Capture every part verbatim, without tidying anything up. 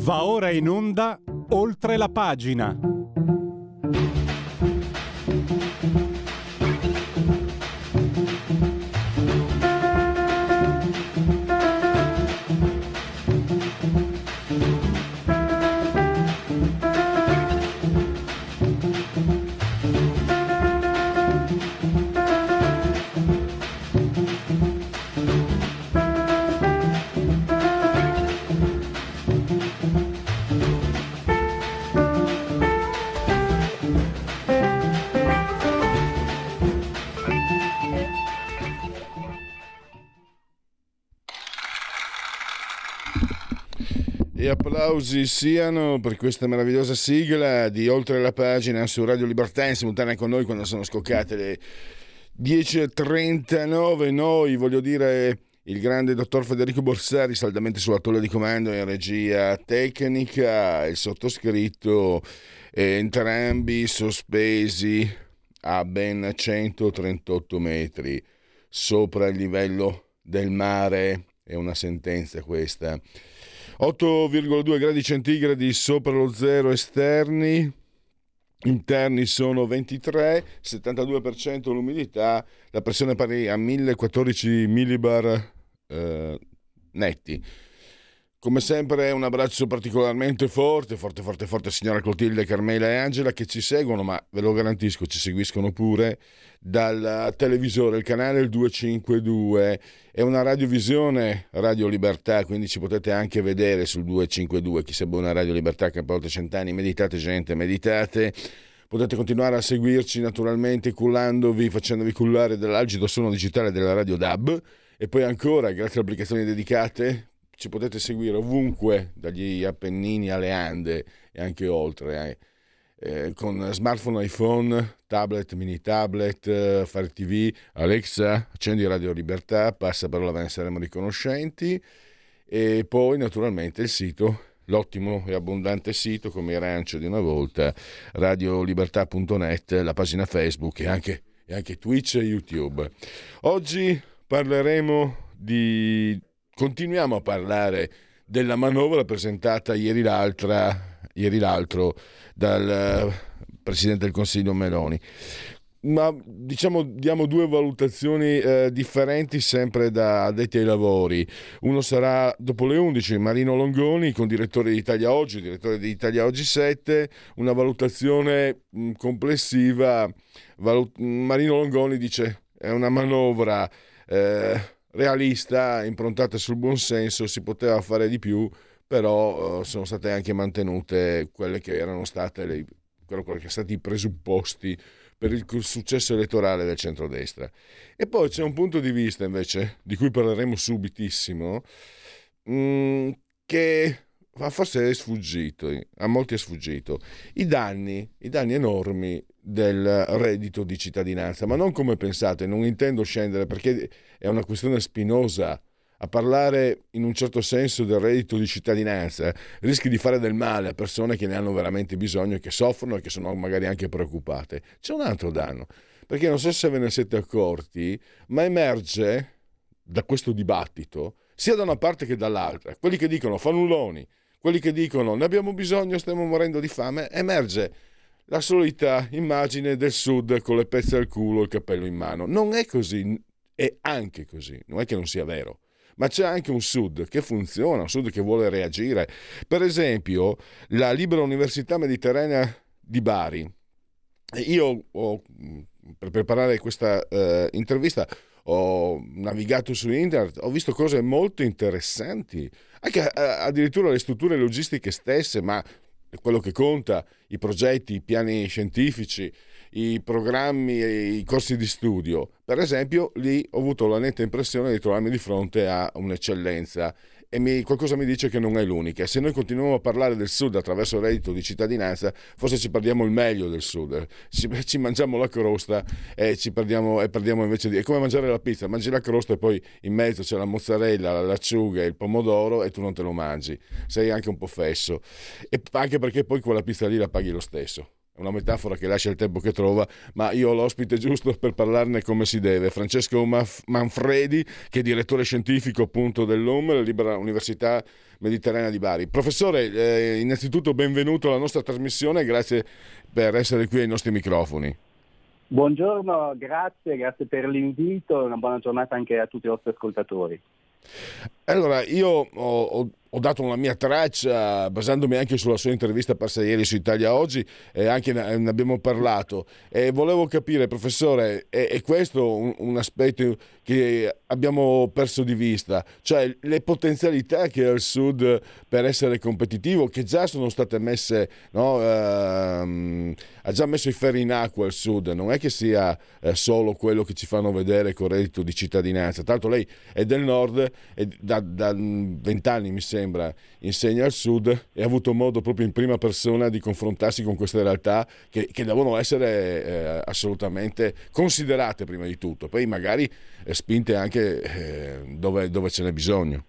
Va ora in onda Oltre la pagina. E applausi siano per questa meravigliosa sigla di Oltre la pagina su Radio Libertà, in simultanea con noi quando sono scoccate le dieci e trentanove. Noi, voglio dire, il grande dottor Federico Borsari saldamente sulla tolla di comando in regia tecnica, il sottoscritto, eh, entrambi sospesi a ben centotrentotto metri sopra il livello del mare. È una sentenza questa. otto virgola due gradi centigradi sopra lo zero esterni, interni sono ventitré, settantadue per cento l'umidità, la pressione pari a mille quattordici millibar eh, netti. Come sempre un abbraccio particolarmente forte, forte, forte, forte signora Clotilde, Carmela e Angela che ci seguono, ma ve lo garantisco ci seguiscono pure dal televisore, il canale il duecentocinquantadue, è una radiovisione Radio Libertà, quindi ci potete anche vedere sul duecentocinquantadue, chi se buona Radio Libertà che ha portato cent'anni, meditate gente, meditate. Potete continuare a seguirci naturalmente cullandovi, facendovi cullare dall'algido suono digitale della Radio D A B e poi ancora grazie alle applicazioni dedicate ci potete seguire ovunque, dagli Appennini alle Ande e anche oltre, eh, eh, con smartphone, iPhone, tablet, mini tablet, eh, Fire T V, Alexa, accendi Radio Libertà, passa parola, ve ne saremo riconoscenti, e poi naturalmente il sito, l'ottimo e abbondante sito come il rancio di una volta, radiolibertà punto net, la pagina Facebook e anche, e anche Twitch e YouTube. Oggi parleremo di... Continuiamo a parlare della manovra presentata ieri l'altra, ieri l'altro dal Presidente del Consiglio Meloni, ma diciamo diamo due valutazioni eh, differenti sempre da addetti ai lavori. Uno sarà dopo le undici, Marino Longoni con direttore di Italia Oggi, direttore di Italia Oggi sette, una valutazione mh, complessiva. Valut- Marino Longoni dice è una manovra eh, realista, improntata sul buon senso, si poteva fare di più, però uh, sono state anche mantenute quelle che erano state le, quello che sono stati i presupposti per il successo elettorale del centrodestra. E poi c'è un punto di vista invece, di cui parleremo subitissimo, mh, che forse è sfuggito, a molti è sfuggito, i danni, i danni enormi del reddito di cittadinanza, ma non come pensate, non intendo scendere perché è una questione spinosa. A parlare in un certo senso del reddito di cittadinanza rischi di fare del male a persone che ne hanno veramente bisogno e che soffrono e che sono magari anche preoccupate. C'è un altro danno, perché non so se ve ne siete accorti, ma emerge da questo dibattito sia da una parte che dall'altra, quelli che dicono fannulloni, quelli che dicono ne abbiamo bisogno, stiamo morendo di fame, emerge la solita immagine del Sud con le pezze al culo e il cappello in mano. Non è così, è anche così, non è che non sia vero, ma c'è anche un Sud che funziona, un Sud che vuole reagire. Per esempio, la Libera Università Mediterranea di Bari. Io ho, per preparare questa eh, intervista ho navigato su internet, ho visto cose molto interessanti, anche eh, addirittura le strutture logistiche stesse, ma quello che conta, i progetti, i piani scientifici, i programmi e i corsi di studio. Per esempio, lì ho avuto la netta impressione di trovarmi di fronte a un'eccellenza e mi, qualcosa mi dice che non è l'unica. Se noi continuiamo a parlare del Sud attraverso il reddito di cittadinanza, forse ci perdiamo il meglio del Sud, ci, ci mangiamo la crosta e ci perdiamo, e perdiamo invece di... È come mangiare la pizza, mangi la crosta e poi in mezzo c'è la mozzarella, l'acciuga e il pomodoro e tu non te lo mangi, sei anche un po' fesso, e anche perché poi quella pizza lì la paghi lo stesso. una metafora che lascia il tempo che trova, ma io ho l'ospite giusto per parlarne come si deve, Francesco Manfredi, che è direttore scientifico appunto dell'U M, la Libera Università Mediterranea di Bari. Professore, eh, innanzitutto benvenuto alla nostra trasmissione e grazie per essere qui ai nostri microfoni. Buongiorno, grazie, grazie per l'invito e una buona giornata anche a tutti i vostri ascoltatori. Allora, io ho, ho, ho dato una mia traccia basandomi anche sulla sua intervista apparsa ieri su Italia Oggi e anche ne, ne abbiamo parlato e volevo capire, professore, è, è questo un, un aspetto che abbiamo perso di vista, cioè le potenzialità che ha il Sud per essere competitivo, che già sono state messe, no, ehm, ha già messo i ferri in acqua il Sud, non è che sia eh, solo quello che ci fanno vedere con reddito di cittadinanza, tanto lei è del Nord e da, da vent'anni mi sembra insegna al Sud e ha avuto modo proprio in prima persona di confrontarsi con queste realtà che, che devono essere eh, assolutamente considerate prima di tutto, poi magari eh, spinte anche eh, dove, dove ce n'è bisogno.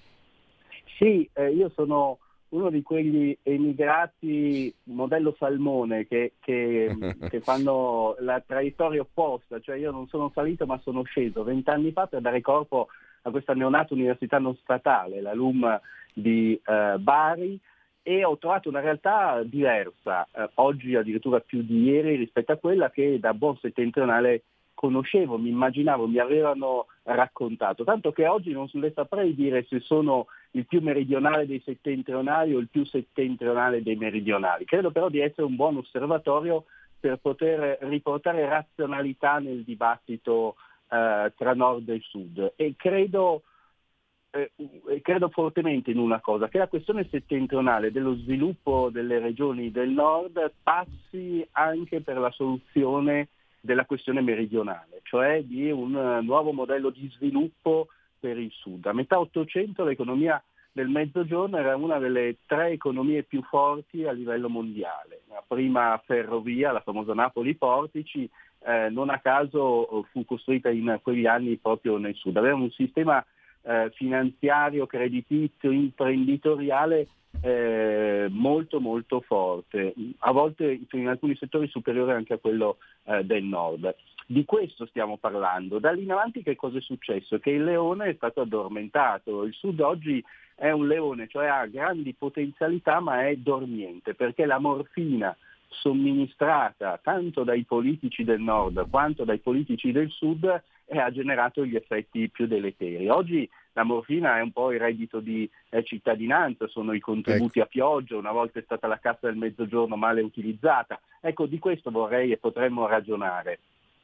Sì, eh, io sono uno di quegli emigrati modello salmone che, che, che fanno la traiettoria opposta, cioè io non sono salito ma sono sceso vent'anni fa per dare corpo a questa neonata università non statale, la L U M di eh, Bari, e ho trovato una realtà diversa, eh, oggi addirittura più di ieri rispetto a quella che da buon settentrionale conoscevo, mi immaginavo, mi avevano raccontato, tanto che oggi non le saprei dire se sono il più meridionale dei settentrionali o il più settentrionale dei meridionali. Credo però di essere un buon osservatorio per poter riportare razionalità nel dibattito eh, tra nord e sud e credo, eh, credo fortemente in una cosa, che la questione settentrionale dello sviluppo delle regioni del nord passi anche per la soluzione della questione meridionale, cioè di un nuovo modello di sviluppo per il sud. A metà Ottocento l'economia del Mezzogiorno era una delle tre economie più forti a livello mondiale. La prima ferrovia, la famosa Napoli-Portici, eh, non a caso fu costruita in quegli anni proprio nel sud. Avevamo un sistema eh, finanziario, creditizio, imprenditoriale Eh, molto molto forte, a volte in alcuni settori superiore anche a quello eh, del nord. Di questo stiamo parlando. Da lì in avanti che cosa è successo? Che il leone è stato addormentato. Il sud oggi è un leone, cioè ha grandi potenzialità ma è dormiente, perché la morfina somministrata tanto dai politici del nord quanto dai politici del sud e ha generato gli effetti più deleteri. Oggi la morfina è un po' il reddito di eh, cittadinanza, sono i contributi ecco. a pioggia, una volta è stata la cassa del mezzogiorno male utilizzata. Ecco, di questo vorrei e potremmo ragionare.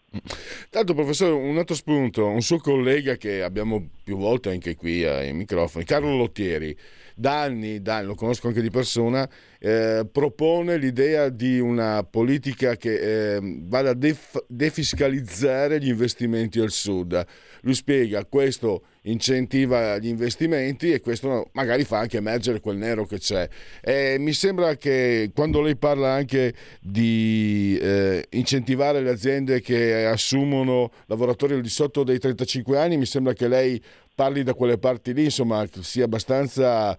Tanto professore, un altro spunto, un suo collega che abbiamo più volte anche qui ai microfoni, Carlo Lottieri, da anni, da anni lo conosco anche di persona, eh, propone l'idea di una politica che eh, vada a def- defiscalizzare gli investimenti al sud. Lui spiega, questo incentiva gli investimenti e questo magari fa anche emergere quel nero che c'è. E mi sembra che quando lei parla anche di eh, incentivare le aziende che assumono lavoratori al di sotto dei trentacinque anni, mi sembra che lei parli da quelle parti lì, insomma, sia abbastanza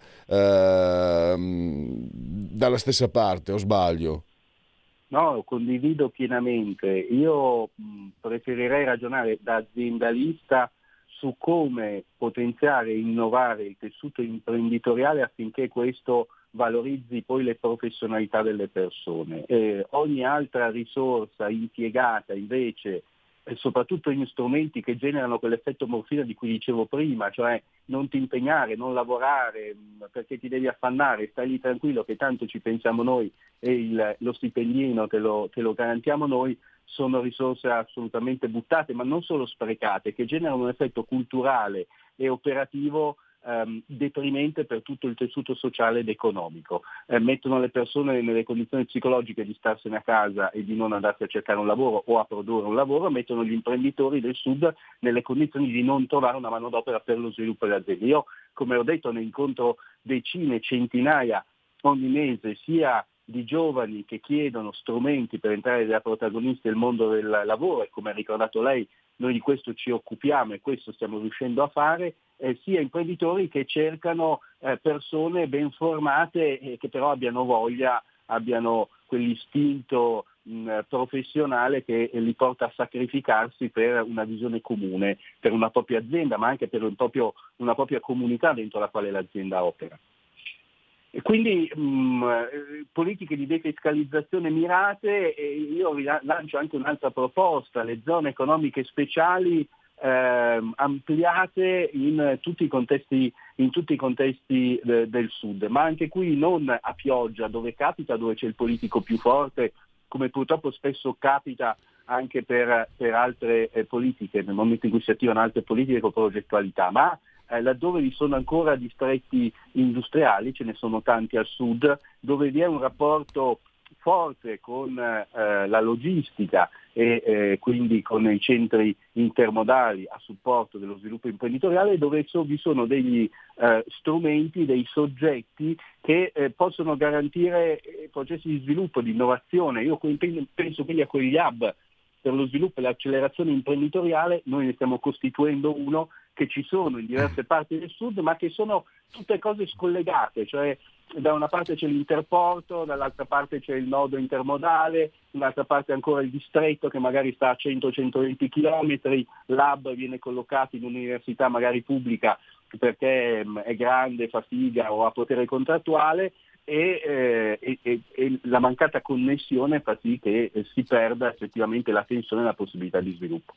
eh, dalla stessa parte, o sbaglio? No, condivido pienamente. Io mh, preferirei ragionare da aziendalista su come potenziare e innovare il tessuto imprenditoriale affinché questo valorizzi poi le professionalità delle persone. Eh, ogni altra risorsa impiegata invece e soprattutto in strumenti che generano quell'effetto morfina di cui dicevo prima, cioè non ti impegnare, non lavorare perché ti devi affannare, stai lì tranquillo che tanto ci pensiamo noi e il, lo stipendino te lo, te lo garantiamo noi, sono risorse assolutamente buttate, ma non solo sprecate, che generano un effetto culturale e operativo ehm, deprimente per tutto il tessuto sociale ed economico. Eh, mettono le persone nelle condizioni psicologiche di starsene a casa e di non andarsi a cercare un lavoro o a produrre un lavoro, mettono gli imprenditori del sud nelle condizioni di non trovare una manodopera per lo sviluppo delle aziende. Io, come ho detto, ne incontro decine, centinaia ogni mese, sia di giovani che chiedono strumenti per entrare da protagonisti del mondo del lavoro e come ha ricordato lei noi di questo ci occupiamo e questo stiamo riuscendo a fare, eh, sia imprenditori che cercano eh, persone ben formate e che però abbiano voglia, abbiano quell'istinto mh, professionale che li porta a sacrificarsi per una visione comune, per una propria azienda, ma anche per un proprio, una propria comunità dentro la quale l'azienda opera. E quindi mh, politiche di defiscalizzazione mirate, e io lancio anche un'altra proposta: le zone economiche speciali eh, ampliate in tutti i contesti, in tutti i contesti de, del sud, ma anche qui non a pioggia, dove capita, dove c'è il politico più forte, come purtroppo spesso capita anche per, per altre eh, politiche, nel momento in cui si attivano altre politiche con progettualità, ma Eh, laddove vi sono ancora distretti industriali, ce ne sono tanti al sud, dove vi è un rapporto forte con eh, la logistica e eh, quindi con i centri intermodali a supporto dello sviluppo imprenditoriale, dove so, vi sono degli eh, strumenti, dei soggetti che eh, possono garantire eh, processi di sviluppo, di innovazione. Io penso quindi a quegli hub per lo sviluppo e l'accelerazione imprenditoriale. Noi ne stiamo costituendo uno, che ci sono in diverse parti del sud, ma che sono tutte cose scollegate, cioè da una parte c'è l'interporto, dall'altra parte c'è il nodo intermodale, dall'altra parte ancora il distretto che magari sta a cento centoventi chilometri, l'hub viene collocato in un'università magari pubblica perché mh, è grande, fa figa o ha potere contrattuale, e, eh, e, e la mancata connessione fa sì che eh, si perda effettivamente la tensione e la possibilità di sviluppo.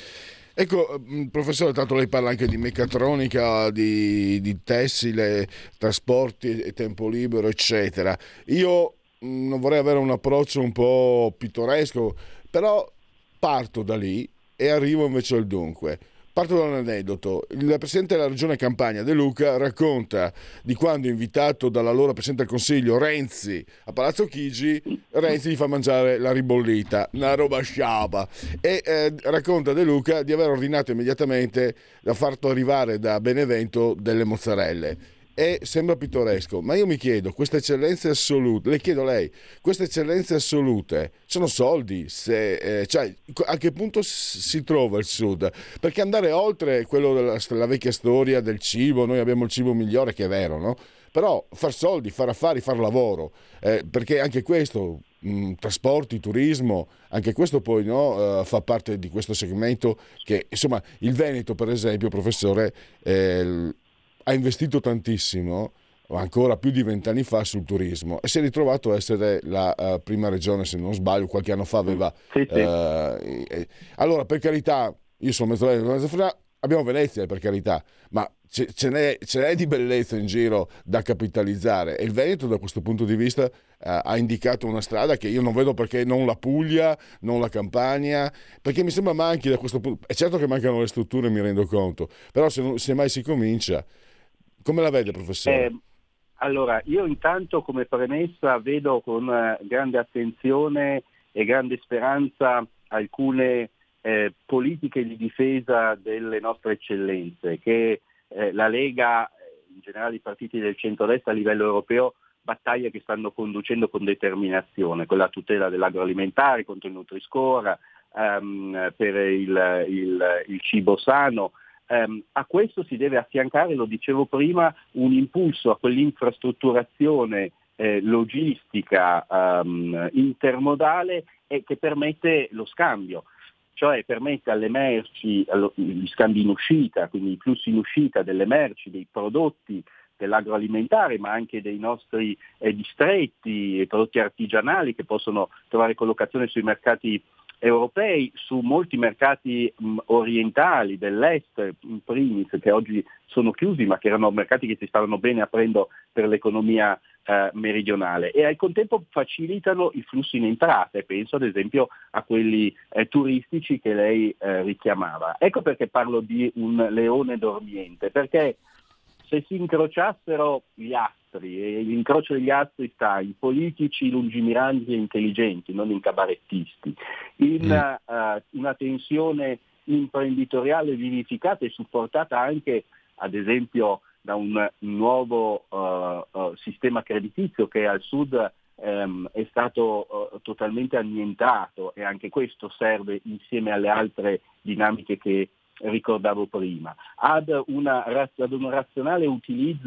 Ecco, professore, tanto lei parla anche di meccatronica, di, di tessile, trasporti e tempo libero, eccetera. Io non vorrei avere un approccio un po' pittoresco, però parto da lì e arrivo invece al dunque. Parto da un aneddoto. Il presidente della regione Campania, De Luca, racconta di quando, invitato dall'allora presidente del Consiglio Renzi a Palazzo Chigi, Renzi gli fa mangiare la ribollita, una roba sciaba, e eh, racconta De Luca di aver ordinato immediatamente, da farto arrivare da Benevento delle mozzarelle. E sembra pittoresco, ma io mi chiedo, queste eccellenze assolute, le chiedo a lei, queste eccellenze assolute sono soldi? Se, eh, cioè, a che punto si trova il sud? Perché andare oltre quello della la vecchia storia del cibo, noi abbiamo il cibo migliore, che è vero, no? Però far soldi, far affari, far lavoro, eh, perché anche questo, mh, trasporti, turismo, anche questo poi, no, uh, fa parte di questo segmento che, insomma, il Veneto, per esempio, professore, eh, ha investito tantissimo, ancora più di vent'anni fa, sul turismo, e si è ritrovato a essere la uh, prima regione, se non sbaglio, qualche anno fa aveva... Sì, sì. Uh, eh, allora, per carità, io sono mezzo Veneto, abbiamo Venezia, per carità, ma ce, ce, n'è, ce n'è di bellezza in giro da capitalizzare, e il Veneto da questo punto di vista uh, ha indicato una strada che io non vedo perché non la Puglia, non la Campania, perché mi sembra manchi da questo punto. È certo che mancano le strutture, mi rendo conto, però se, non, se mai si comincia. Come la vede, professore? Eh, allora, io intanto come premessa vedo con eh, grande attenzione e grande speranza alcune eh, politiche di difesa delle nostre eccellenze che eh, la Lega, in generale i partiti del centrodestra a livello europeo, battaglie che stanno conducendo con determinazione, con la tutela dell'agroalimentare, contro il Nutri-Score, ehm, per il, il, il cibo sano. Um, a questo si deve affiancare, lo dicevo prima, un impulso a quell'infrastrutturazione eh, logistica um, intermodale e che permette lo scambio, cioè permette alle merci, allo, gli scambi in uscita, quindi i flussi in uscita delle merci, dei prodotti dell'agroalimentare, ma anche dei nostri eh, distretti e prodotti artigianali che possono trovare collocazione sui mercati europei, su molti mercati mh, orientali dell'est, in primis, che oggi sono chiusi, ma che erano mercati che si stavano bene aprendo per l'economia eh, meridionale, e al contempo facilitano i flussi in entrata, e penso ad esempio a quelli eh, turistici che lei eh, richiamava. Ecco perché parlo di un leone dormiente, perché se si incrociassero gli astri, e l'incrocio degli astri sta in politici lungimiranti e intelligenti, non in cabarettisti, in mm. uh, una tensione imprenditoriale vivificata e supportata anche, ad esempio, da un nuovo uh, uh, sistema creditizio che al sud um, è stato uh, totalmente annientato, e anche questo serve insieme alle altre dinamiche che ricordavo prima, ad, una, ad un razionale utilizzo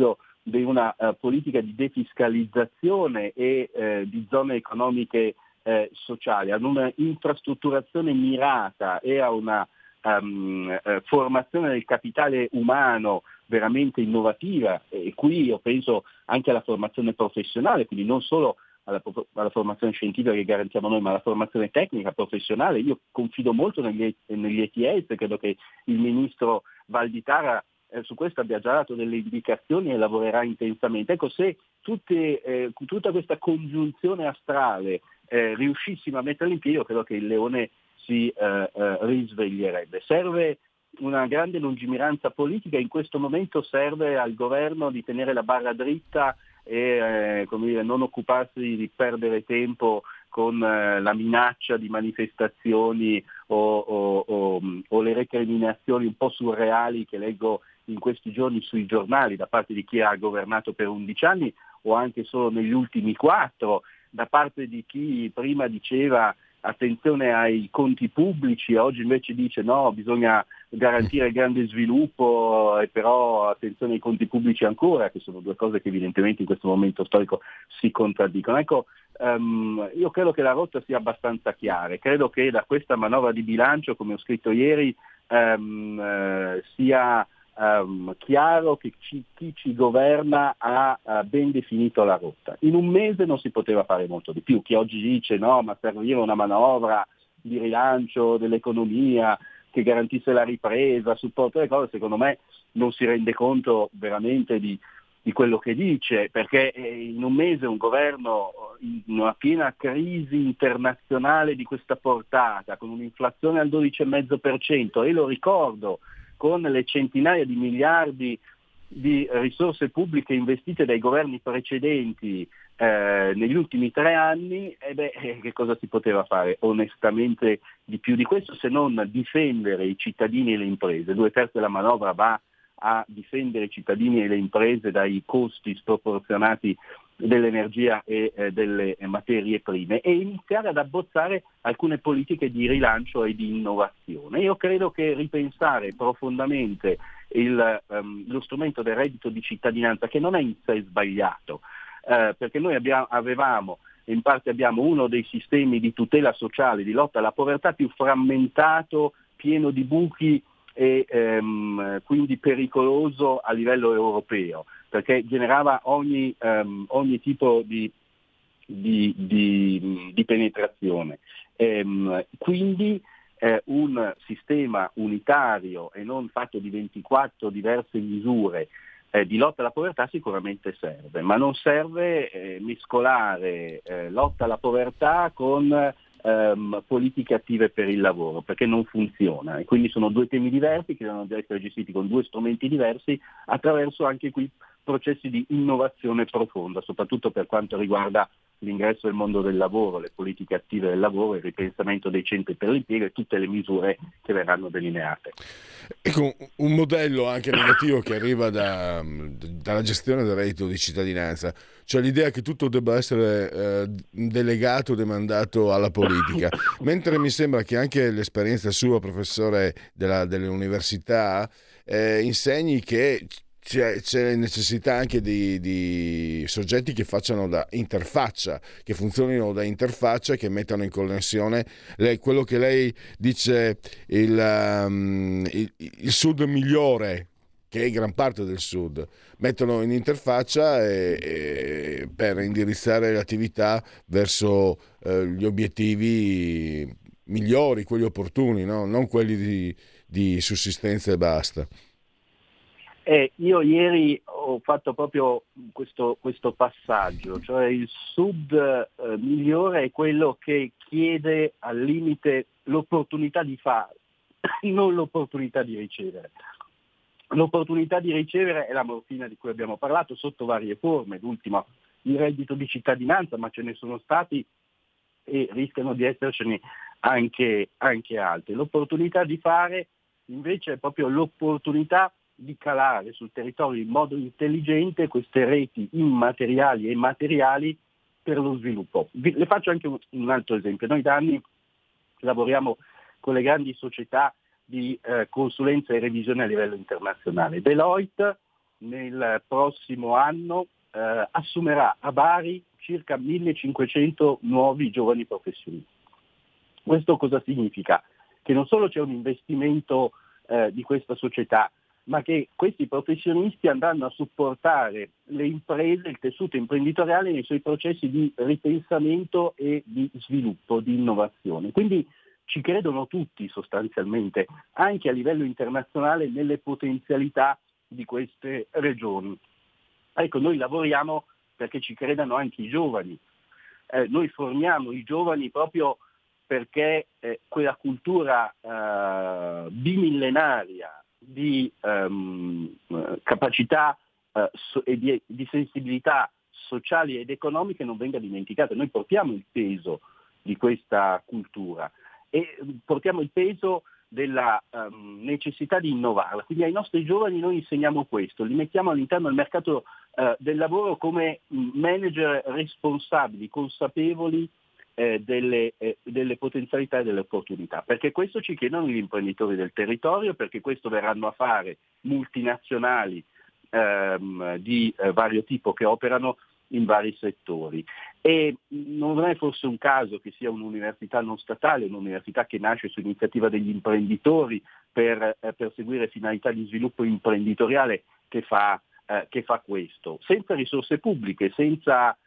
di una uh, politica di defiscalizzazione e uh, di zone economiche uh, sociali, ad una infrastrutturazione mirata e a una um, uh, formazione del capitale umano veramente innovativa, e qui io penso anche alla formazione professionale, quindi non solo alla, alla formazione scientifica che garantiamo noi, ma alla formazione tecnica, professionale. Io confido molto negli, negli E T S, credo che il ministro Valditara eh, su questo abbia già dato delle indicazioni e lavorerà intensamente. Ecco, se tutte, eh, tutta questa congiunzione astrale eh, riuscissimo a metterla in piedi, io credo che il leone si eh, eh, risveglierebbe. Serve una grande lungimiranza politica, in questo momento serve al governo di tenere la barra dritta e eh, come dire, non occuparsi di perdere tempo con eh, la minaccia di manifestazioni o, o, o, o le recriminazioni un po' surreali che leggo in questi giorni sui giornali da parte di chi ha governato per undici anni o anche solo negli ultimi quattro, da parte di chi prima diceva attenzione ai conti pubblici, oggi invece dice no, bisogna garantire il grande sviluppo e però attenzione ai conti pubblici ancora, che sono due cose che evidentemente in questo momento storico si contraddicono. Ecco, um, io credo che la rotta sia abbastanza chiara, credo che da questa manovra di bilancio, come ho scritto ieri, um, uh, sia Um, chiaro che ci, chi ci governa ha uh, ben definito la rotta. In un mese non si poteva fare molto di più. Chi oggi dice no, ma serviva una manovra di rilancio dell'economia che garantisse la ripresa, supporto le cose, secondo me non si rende conto veramente di, di quello che dice, perché in un mese un governo in una piena crisi internazionale di questa portata, con un'inflazione al dodici virgola cinque per cento, e lo ricordo, con le centinaia di miliardi di risorse pubbliche investite dai governi precedenti eh, negli ultimi tre anni, e beh, che cosa si poteva fare onestamente di più di questo, se non difendere i cittadini e le imprese? Due terzi della manovra va a difendere i cittadini e le imprese dai costi sproporzionati dell'energia e eh, delle materie prime, e iniziare ad abbozzare alcune politiche di rilancio e di innovazione. Io credo che ripensare profondamente il, um, lo strumento del reddito di cittadinanza, che non è in sé sbagliato, eh, perché noi abbiamo, avevamo e in parte abbiamo uno dei sistemi di tutela sociale, di lotta alla povertà più frammentato, pieno di buchi e ehm, quindi pericoloso a livello europeo, perché generava ogni, um, ogni tipo di, di, di, di penetrazione. Ehm, quindi eh, un sistema unitario e non fatto di ventiquattro diverse misure eh, di lotta alla povertà sicuramente serve, ma non serve eh, mescolare eh, lotta alla povertà con Um, politiche attive per il lavoro, perché non funziona, e quindi sono due temi diversi che devono essere gestiti con due strumenti diversi, attraverso anche qui processi di innovazione profonda, soprattutto per quanto riguarda l'ingresso del mondo del lavoro, le politiche attive del lavoro, il ripensamento dei centri per l'impiego e tutte le misure che verranno delineate. Ecco, un modello anche negativo che arriva da, dalla gestione del reddito di cittadinanza, cioè l'idea che tutto debba essere eh, delegato, demandato alla politica, mentre mi sembra che anche l'esperienza sua, professore della, delle università, eh, insegni che c'è, c'è necessità anche di, di soggetti che facciano da interfaccia, che funzionino da interfaccia, che mettano in connessione lei, quello che lei dice il, um, il, il sud migliore, che è gran parte del sud, mettono in interfaccia e, e per indirizzare l'attività verso eh, gli obiettivi migliori, quelli opportuni, no? Non quelli di, di sussistenza e basta. Eh, io ieri ho fatto proprio questo, questo passaggio, cioè il sud eh, migliore è quello che chiede al limite l'opportunità di fare, non l'opportunità di ricevere. L'opportunità di ricevere è la morfina di cui abbiamo parlato sotto varie forme, l'ultima il reddito di cittadinanza, ma ce ne sono stati e rischiano di essercene anche, anche altri. L'opportunità di fare invece è proprio l'opportunità di calare sul territorio in modo intelligente queste reti immateriali e materiali per lo sviluppo. Le faccio anche un altro esempio. Noi da anni lavoriamo con le grandi società di eh, consulenza e revisione a livello internazionale. Deloitte nel prossimo anno eh, assumerà a Bari circa millecinquecento nuovi giovani professionisti. Questo cosa significa? Che non solo c'è un investimento eh, di questa società, ma che questi professionisti andranno a supportare le imprese, il tessuto imprenditoriale nei suoi processi di ripensamento e di sviluppo, di innovazione. Quindi ci credono tutti sostanzialmente, anche a livello internazionale, nelle potenzialità di queste regioni. Ecco, noi lavoriamo perché ci credano anche i giovani. Eh, noi formiamo i giovani proprio perché eh, quella cultura eh, bimillenaria di ehm, capacità eh, so, e di, di sensibilità sociali ed economiche non venga dimenticata. Noi portiamo il peso di questa cultura e portiamo il peso della um, necessità di innovarla. Quindi ai nostri giovani noi insegniamo questo, li mettiamo all'interno del mercato uh, del lavoro come manager responsabili, consapevoli eh, delle, eh, delle potenzialità e delle opportunità, perché questo ci chiedono gli imprenditori del territorio, perché questo verranno a fare multinazionali ehm, di eh, vario tipo che operano in vari settori. E non è forse un caso che sia un'università non statale, un'università che nasce su iniziativa degli imprenditori per eh, perseguire finalità di sviluppo imprenditoriale che fa, eh, che fa questo, senza risorse pubbliche, senza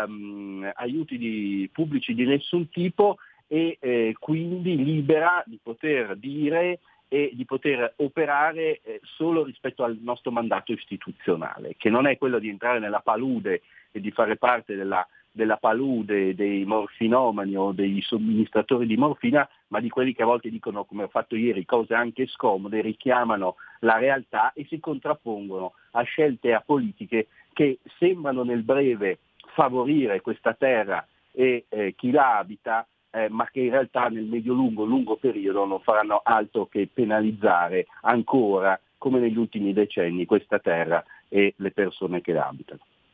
ehm, aiuti di, pubblici di nessun tipo e eh, quindi libera di poter dire e di poter operare eh, solo rispetto al nostro mandato istituzionale, che non è quello di entrare nella palude e di fare parte della, della palude dei morfinomani o dei somministratori di morfina, ma di quelli che a volte dicono, come ho fatto ieri, cose anche scomode, richiamano la realtà e si contrappongono a scelte e a politiche che sembrano nel breve favorire questa terra e eh, chi la abita, Eh, ma che in realtà nel medio-lungo lungo periodo non faranno altro che penalizzare ancora, come negli ultimi decenni, questa terra e le persone che la abitano.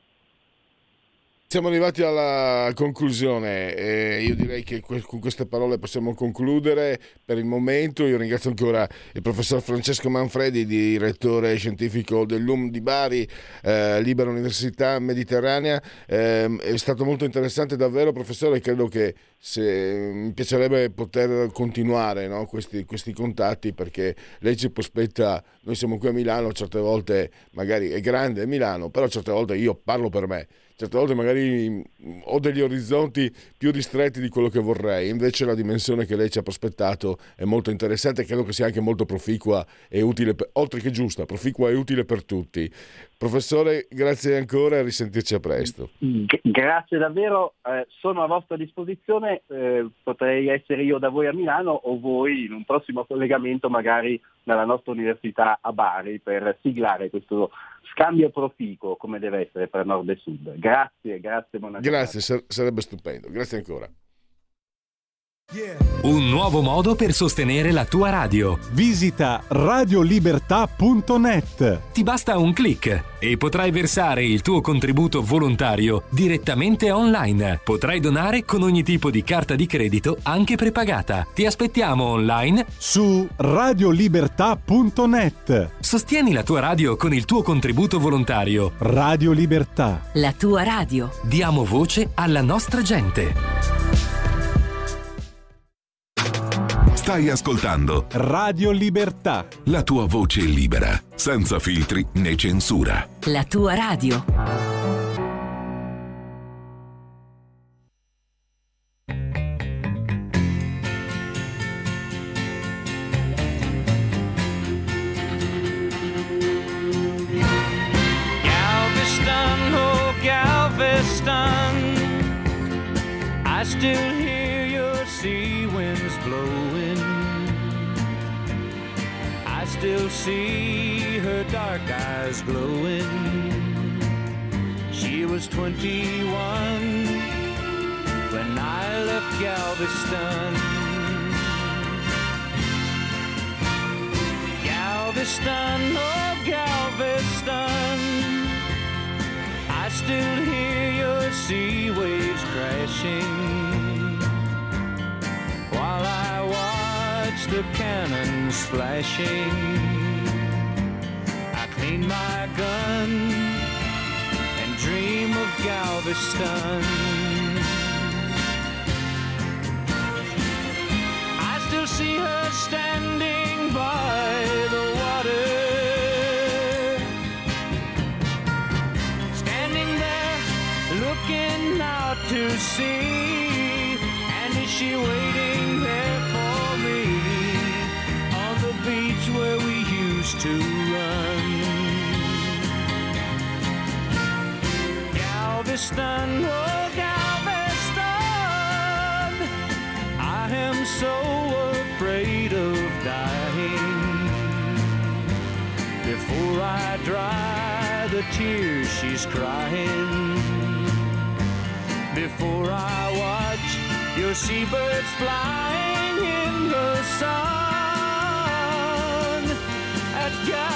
Siamo arrivati alla conclusione e io direi che con queste parole possiamo concludere per il momento. Io ringrazio ancora il professor Francesco Manfredi, direttore scientifico dell'U M di Bari, eh, Libera Università Mediterranea. Eh, è stato molto interessante davvero, professore, credo che se, mi piacerebbe poter continuare, no, questi, questi contatti, perché lei ci prospetta, noi siamo qui a Milano, certe volte magari è grande è Milano, però certe volte io parlo per me. Certe volte magari ho degli orizzonti più ristretti di quello che vorrei, invece la dimensione che lei ci ha prospettato è molto interessante e credo che sia anche molto proficua e utile, per, oltre che giusta, proficua e utile per tutti. Professore, grazie ancora e a risentirci a presto. Grazie davvero, eh, sono a vostra disposizione, eh, potrei essere io da voi a Milano o voi in un prossimo collegamento magari nella nostra università a Bari per siglare questo scambio proficuo come deve essere per Nord e Sud. Grazie, grazie, buona Grazie, sar- sarebbe stupendo. Grazie ancora. Un nuovo modo per sostenere la tua radio. Visita radiolibertà punto net. Ti basta un click e potrai versare il tuo contributo volontario direttamente online. Potrai donare con ogni tipo di carta di credito, anche prepagata. Ti aspettiamo online su radiolibertà punto net. Sostieni la tua radio con il tuo contributo volontario. Radio Libertà. La tua radio. Diamo voce alla nostra gente. Stai ascoltando Radio Libertà. La tua voce libera, senza filtri né censura. La tua radio. Galveston, oh Galveston, I still hear your sea winds blowing. I still see her dark eyes glowing. She was twenty-one when I left Galveston. Galveston, oh Galveston, I still hear your sea waves crashing while I watch the cannons flashing. I clean my gun Galveston. I still see her standing by the water, standing there looking out to sea. And is she waiting there for me on the beach where we used to run? Galveston, oh Galveston, I am so afraid of dying. Before I dry the tears she's crying, before I watch your seabirds flying in the sun at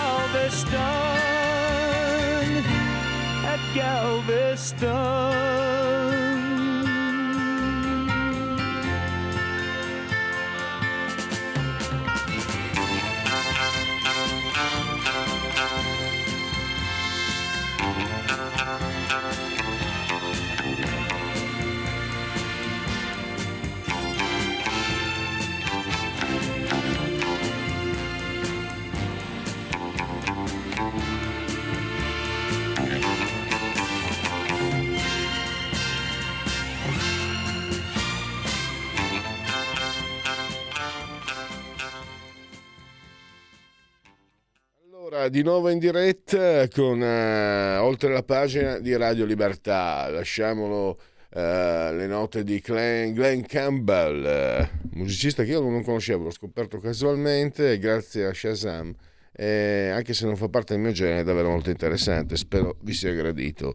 Galveston, at Galveston. Di nuovo in diretta con uh, oltre la pagina di Radio Libertà. Lasciamolo uh, le note di Glenn, Glenn Campbell, uh, musicista che io non conoscevo, l'ho scoperto casualmente grazie a Shazam, eh, anche se non fa parte del mio genere, è davvero molto interessante, spero vi sia gradito.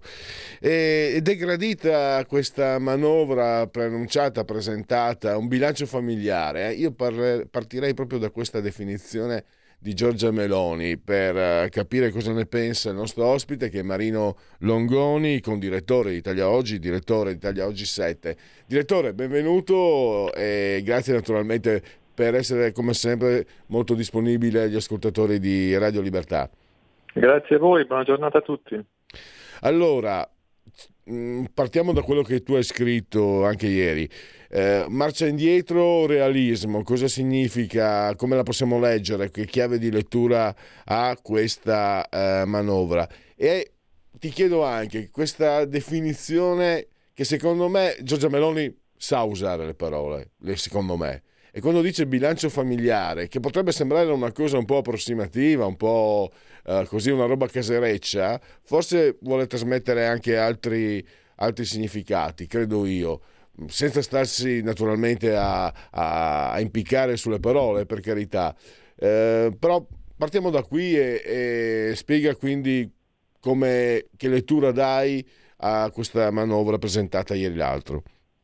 E, ed è gradita questa manovra preannunciata, presentata, un bilancio familiare. Eh? Io parle, partirei proprio da questa definizione di Giorgia Meloni per capire cosa ne pensa il nostro ospite, che è Marino Longoni, condirettore di Italia Oggi, direttore di Italia Oggi sette. Direttore, benvenuto e grazie naturalmente per essere come sempre molto disponibile agli ascoltatori di Radio Libertà. Grazie a voi, buona giornata a tutti. Allora, partiamo da quello che tu hai scritto anche ieri. Eh, marcia indietro o realismo? Cosa significa? Come la possiamo leggere? Che chiave di lettura ha questa eh, manovra? E ti chiedo anche questa definizione che secondo me Giorgia Meloni sa usare le parole, secondo me. E quando dice bilancio familiare, che potrebbe sembrare una cosa un po' approssimativa, un po' eh, così, una roba casereccia, forse vuole trasmettere anche altri, altri significati, credo io, senza starsi naturalmente a, a, a impiccare sulle parole, per carità. Eh, però partiamo da qui e, e spiega quindi come, che lettura dai a questa manovra presentata ieri l'altro.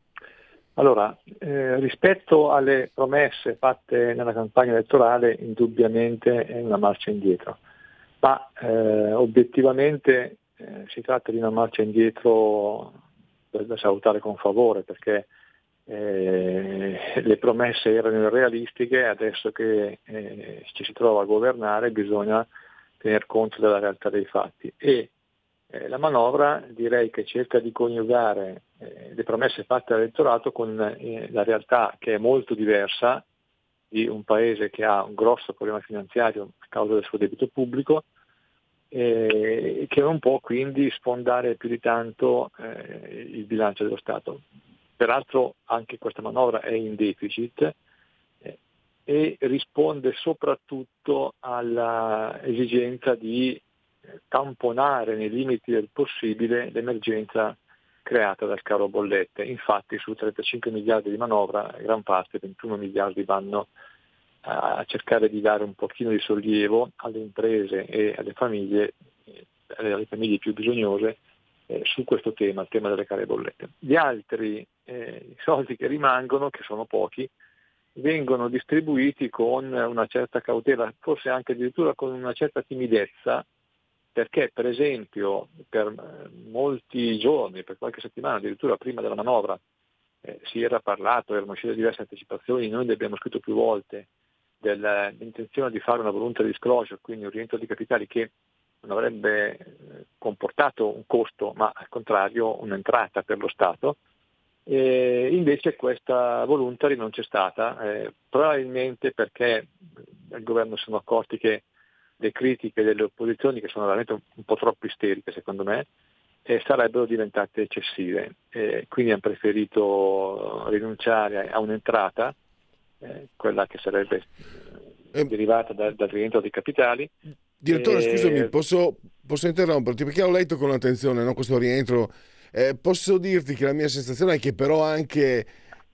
Allora, eh, rispetto alle promesse fatte nella campagna elettorale, indubbiamente è una marcia indietro, ma eh, obiettivamente eh, si tratta di una marcia indietro da salutare con favore, perché eh, le promesse erano irrealistiche, adesso che eh, ci si trova a governare bisogna tener conto della realtà dei fatti. E eh, la manovra direi che cerca di coniugare eh, le promesse fatte all'elettorato con eh, la realtà, che è molto diversa, di un paese che ha un grosso problema finanziario a causa del suo debito pubblico, e che non può quindi sfondare più di tanto eh, il bilancio dello Stato. Peraltro anche questa manovra è in deficit eh, e risponde soprattutto all'esigenza di tamponare nei limiti del possibile l'emergenza creata dal caro bollette. Infatti su trentacinque miliardi di manovra, gran parte, ventuno miliardi vanno a cercare di dare un pochino di sollievo alle imprese e alle famiglie, alle famiglie più bisognose eh, su questo tema, il tema delle care bollette. Gli altri eh, soldi che rimangono, che sono pochi, vengono distribuiti con una certa cautela, forse anche addirittura con una certa timidezza, perché per esempio per molti giorni, per qualche settimana, addirittura prima della manovra, eh, si era parlato, erano uscite diverse anticipazioni, noi ne abbiamo scritto più volte, dell'intenzione di fare una voluntaria disclosure, quindi un rientro di capitali che non avrebbe comportato un costo, ma al contrario un'entrata per lo Stato. E invece questa voluntary non c'è stata, eh, probabilmente perché il governo si sono accorti che le critiche delle opposizioni, che sono veramente un, un po' troppo isteriche secondo me, eh, sarebbero diventate eccessive, eh, quindi hanno preferito rinunciare a un'entrata, eh, quella che sarebbe eh, derivata da, dal rientro dei capitali. Direttore, e... scusami, posso, posso interromperti perché ho letto con attenzione, no, questo rientro. Eh, posso dirti che la mia sensazione è che però anche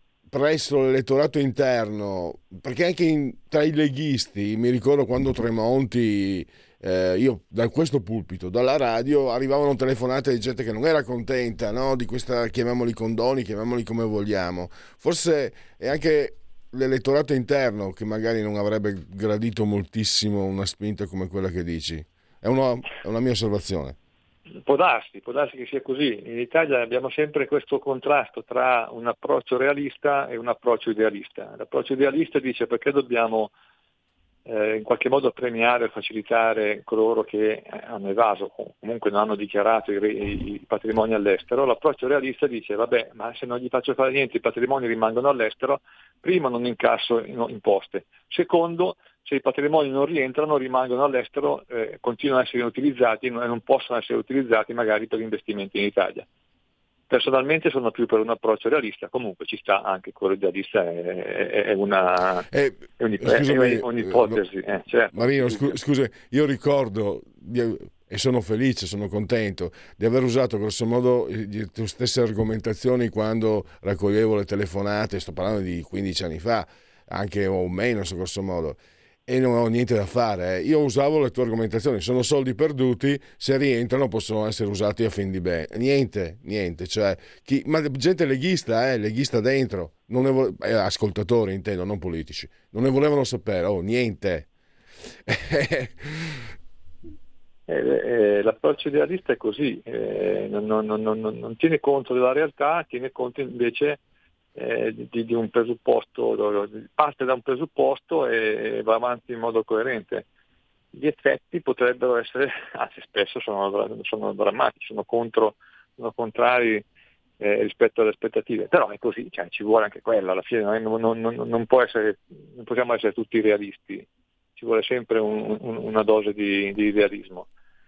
presso l'elettorato interno, perché anche in, tra i leghisti, mi ricordo quando Tremonti, eh, io da questo pulpito, dalla radio, arrivavano telefonate di gente che non era contenta, no, di questa, chiamiamoli condoni, chiamiamoli come vogliamo. Forse è anche l'elettorato interno che magari non avrebbe gradito moltissimo una spinta come quella che dici. È una, è una mia osservazione. Può darsi, può darsi che sia così. In Italia abbiamo sempre questo contrasto tra un approccio realista e un approccio idealista. L'approccio idealista dice perché dobbiamo eh, in qualche modo premiare o facilitare coloro che hanno evaso o comunque non hanno dichiarato i, i patrimoni all'estero. L'approccio realista dice vabbè, ma se non gli faccio fare niente i patrimoni rimangono all'estero, primo non incasso imposte, secondo se i patrimoni non rientrano, rimangono all'estero, eh, continuano a essere utilizzati e non, non possono essere utilizzati magari per investimenti in Italia. Personalmente sono più per un approccio realista, comunque ci sta anche quello idealista, è, è, una, eh, è, scusami, è un'ipotesi. Eh, certo. Marino, scu- scusa, io ricordo di, e sono felice, sono contento di aver usato grosso modo le tue stesse argomentazioni quando raccoglievo le telefonate, sto parlando di quindici anni fa, anche o meno, so grosso modo. E non ho niente da fare, eh. Io usavo le tue argomentazioni, sono soldi perduti, se rientrano possono essere usati a fin di bene. Niente, niente, cioè, chi, ma gente leghista, eh, leghista dentro, non ne vo- eh, ascoltatori intendo, non politici, non ne volevano sapere, oh, niente. eh, eh, l'approccio idealista è così, eh, non, non, non, non, non tiene conto della realtà, tiene conto invece Eh, di, di un presupposto, parte da un presupposto e va avanti in modo coerente. Gli effetti potrebbero essere, anzi spesso sono, sono drammatici, sono, contro, sono contrari eh, rispetto alle aspettative, però è così, cioè, ci vuole anche quello, alla fine non, non, non, non, può essere, non possiamo essere tutti realisti, ci vuole sempre un, un, una dose di, di idealismo.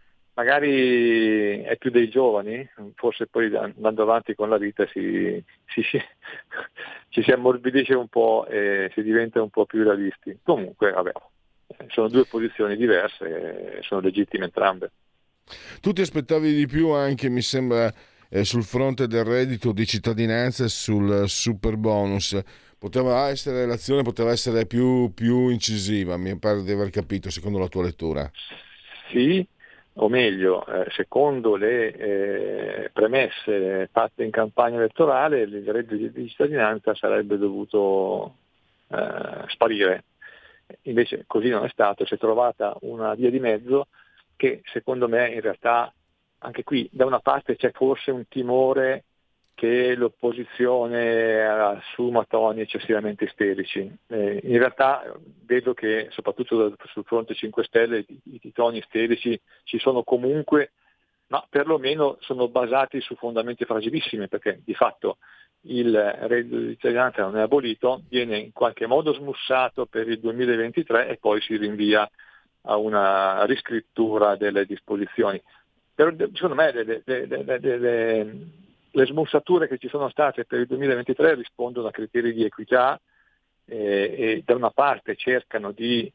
Magari è più dei giovani, forse poi andando avanti con la vita si, si, si, ci si ammorbidisce un po' e si diventa un po' più realisti. Comunque, vabbè, sono due posizioni diverse, sono legittime entrambe. Tu ti aspettavi di più anche, mi sembra, eh, sul fronte del reddito di cittadinanza e sul super bonus. Poteva essere, l'azione poteva essere più, più incisiva, mi pare di aver capito, secondo la tua lettura. Sì, o meglio, eh, secondo le eh, premesse fatte in campagna elettorale, il reddito di cittadinanza sarebbe dovuto eh, sparire. Invece così non è stato, si è trovata una via di mezzo che secondo me in realtà anche qui da una parte c'è forse un timore che l'opposizione assuma toni eccessivamente isterici. Eh, in realtà vedo che soprattutto sul fronte cinque Stelle i, i toni isterici ci sono comunque, ma perlomeno sono basati su fondamenti fragilissimi, perché di fatto il reddito di cittadinanza non è abolito, viene in qualche modo smussato per il duemilaventitré e poi si rinvia a una riscrittura delle disposizioni. Però, secondo me le, le, le, le, le, le smussature che ci sono state per il duemilaventitré rispondono a criteri di equità eh, e da una parte cercano di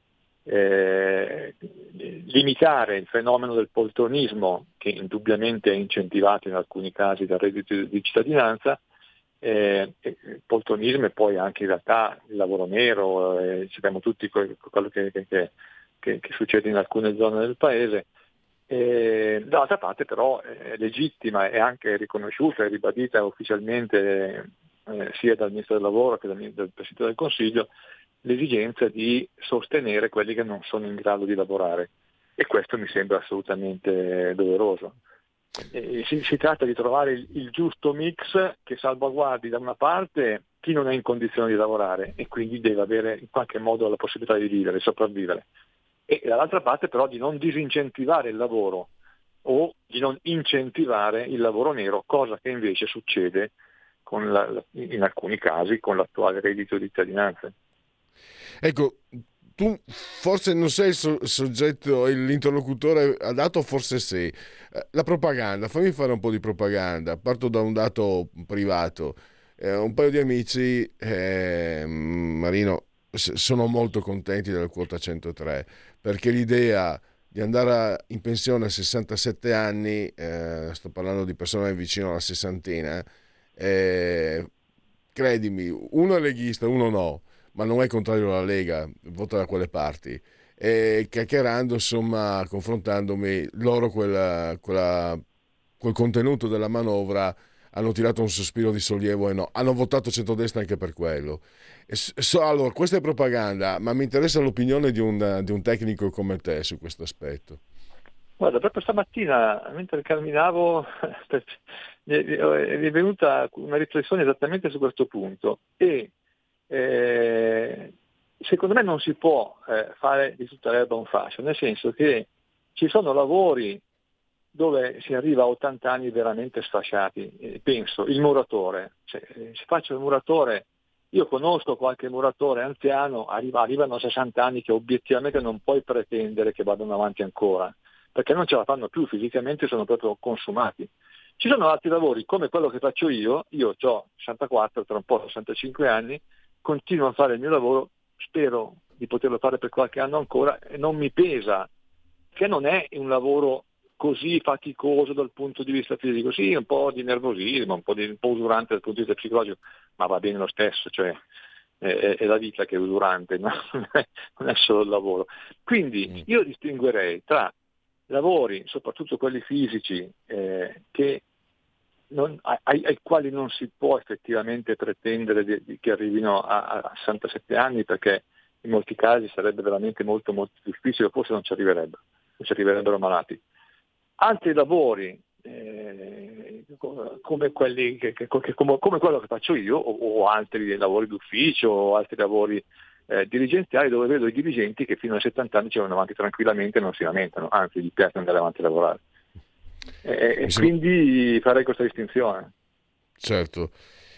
eh, limitare il fenomeno del poltronismo, che indubbiamente è incentivato in alcuni casi dal reddito di cittadinanza, eh, il poltronismo e poi anche in realtà il lavoro nero, eh, sappiamo tutti quello che, che, che, che succede in alcune zone del paese. E dall'altra parte però è legittima e anche riconosciuta e ribadita ufficialmente eh, sia dal Ministro del Lavoro che dal, dal Presidente del Consiglio l'esigenza di sostenere quelli che non sono in grado di lavorare, e questo mi sembra assolutamente doveroso. E si, si tratta di trovare il, il giusto mix che salvaguardi da una parte chi non è in condizione di lavorare e quindi deve avere in qualche modo la possibilità di vivere, sopravvivere, e dall'altra parte però di non disincentivare il lavoro o di non incentivare il lavoro nero, cosa che invece succede con la, in alcuni casi con l'attuale reddito di cittadinanza. Ecco, tu forse non sei il so- soggetto, l'interlocutore adatto, forse sì. Eh, La propaganda, fammi fare un po' di propaganda. Parto da un dato privato. Eh, un paio di amici, eh, Marino, s- sono molto contenti della quota centotré, perché l'idea di andare a- in pensione a sessantasette anni, eh, sto parlando di persone vicino alla sessantina, eh, credimi, uno è leghista, uno no, ma non è contrario alla Lega, vota da quelle parti. E chiacchierando, insomma, confrontandomi, loro quella, quella, quel contenuto della manovra hanno tirato un sospiro di sollievo e no, hanno votato centrodestra anche per quello. E so, allora, questa è propaganda, ma mi interessa l'opinione di un, di un tecnico come te su questo aspetto. Guarda, proprio stamattina, mentre camminavo, mi è venuta una riflessione esattamente su questo punto e eh, secondo me non si può eh, fare di tutta l'erba un fascio, nel senso che ci sono lavori dove si arriva a ottanta anni veramente sfasciati. Eh, penso, il muratore, cioè, eh, se faccio il muratore, io conosco qualche muratore anziano, arriva, arrivano a sessanta anni che obiettivamente non puoi pretendere che vadano avanti ancora, perché non ce la fanno più, fisicamente sono proprio consumati. Ci sono altri lavori come quello che faccio io, io ho sessantaquattro, tra un po' sessantacinque anni, continuo a fare il mio lavoro, spero di poterlo fare per qualche anno ancora e non mi pesa, che non è un lavoro così faticoso dal punto di vista fisico, sì, un po' di nervosismo, un po' di un po' usurante dal punto di vista psicologico, ma va bene lo stesso, cioè è, è la vita che è usurante, no? Non è solo il lavoro. Quindi io distinguerei tra lavori, soprattutto quelli fisici, eh, che non, ai, ai quali non si può effettivamente pretendere di, di, che arrivino a, a sessantasette anni, perché in molti casi sarebbe veramente molto molto difficile, forse non ci arriverebbero, non ci arriverebbero malati. Altri lavori eh, come quelli che, che, che, come, come quello che faccio io, o, o altri lavori d'ufficio, o altri lavori eh, dirigenziali, dove vedo i dirigenti che fino ai settanta anni ci vanno avanti tranquillamente e non si lamentano, anzi gli piace andare avanti a lavorare. E, e quindi farei questa distinzione. Certo.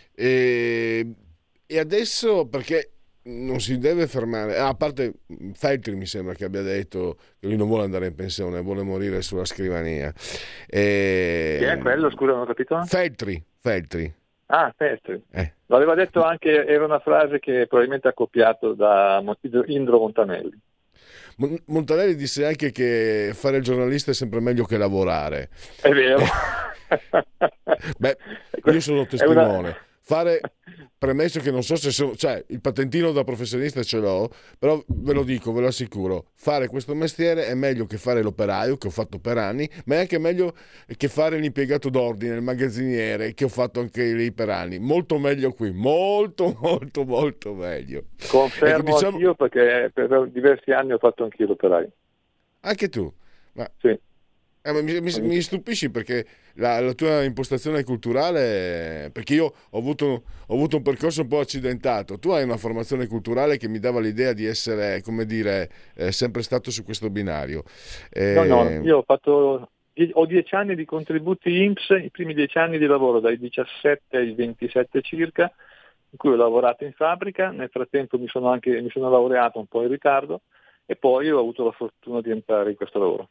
E, e adesso perché non si deve fermare, ah, a parte Feltri mi sembra che abbia detto che lui non vuole andare in pensione, vuole morire sulla scrivania. E... Chi è quello? Scusa, non ho capito. Feltri, Feltri. Ah, Feltri. Eh. L'aveva detto anche, era una frase che probabilmente ha copiato da Indro Montanelli. Montanelli disse anche che fare il giornalista è sempre meglio che lavorare. È vero. Beh, io sono testimone. Una... Fare, premesso che non so se sono, cioè il patentino da professionista ce l'ho, però ve lo dico, ve lo assicuro, fare questo mestiere è meglio che fare l'operaio, che ho fatto per anni, ma è anche meglio che fare l'impiegato d'ordine, il magazziniere, che ho fatto anche lì per anni. Molto meglio qui, molto, molto, molto meglio. Confermo ecco, diciamo... anch'io, perché per diversi anni ho fatto anch'io l'operaio. Anche tu? Ma... Sì. Eh, ma mi, mi, mi stupisci perché la, la tua impostazione culturale, perché io ho avuto, ho avuto un percorso un po' accidentato, tu hai una formazione culturale che mi dava l'idea di essere, come dire, eh, sempre stato su questo binario. Eh... No, no, io ho fatto, ho dieci anni di contributi I N P S, i primi dieci anni di lavoro dai diciassette ai ventisette circa, in cui ho lavorato in fabbrica, nel frattempo mi sono anche mi sono laureato un po' in ritardo e poi ho avuto la fortuna di entrare in questo lavoro.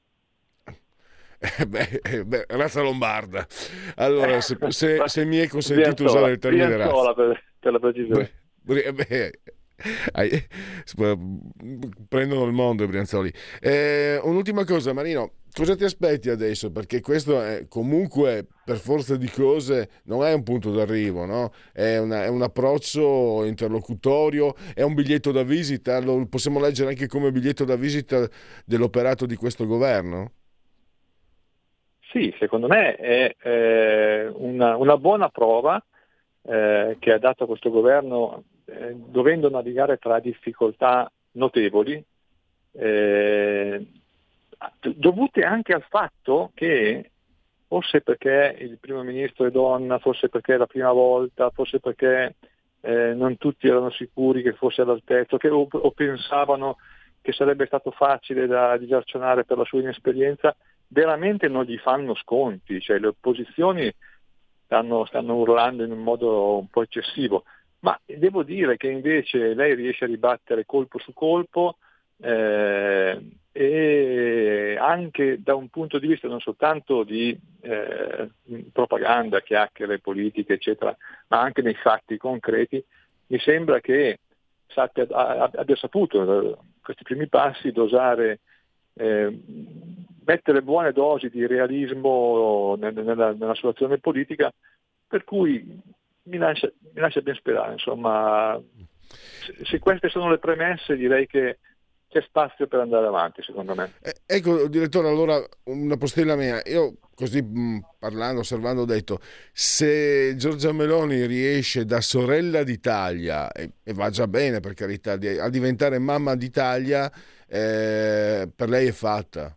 Eh beh, eh beh, razza lombarda. Allora, se, se, se mi è consentito Brianzola, usare il termine razza, per, per la precisione. Beh, beh, eh, prendono il mondo i Brianzoli. Eh, un'ultima cosa, Marino, cosa ti aspetti adesso? Perché questo è comunque, per forza di cose, non è un punto d'arrivo, no? È, una, è un approccio interlocutorio, è un biglietto da visita, lo possiamo leggere anche come biglietto da visita dell'operato di questo governo? Sì, secondo me è eh, una, una buona prova eh, che ha dato a questo governo, eh, dovendo navigare tra difficoltà notevoli, eh, dovute anche al fatto che, forse perché il primo ministro è donna, forse perché è la prima volta, forse perché eh, non tutti erano sicuri che fosse all'altezza, che, o, o pensavano che sarebbe stato facile da disarcionare per la sua inesperienza, veramente non gli fanno sconti, cioè le opposizioni stanno, stanno urlando in un modo un po' eccessivo, ma devo dire che invece lei riesce a ribattere colpo su colpo, eh, e anche da un punto di vista non soltanto di eh, propaganda, chiacchiere politiche eccetera, ma anche nei fatti concreti, mi sembra che sappia, abbia saputo questi primi passi dosare, eh, mettere buone dosi di realismo nella, nella sua azione politica, per cui mi lascia, mi lascia ben sperare, insomma, se, se queste sono le premesse direi che c'è spazio per andare avanti, secondo me. Eh, ecco, direttore, allora una postilla mia. Io così mh, parlando, osservando, ho detto, se Giorgia Meloni riesce da sorella d'Italia, e, e va già bene per carità, di, a diventare mamma d'Italia, eh, per lei è fatta.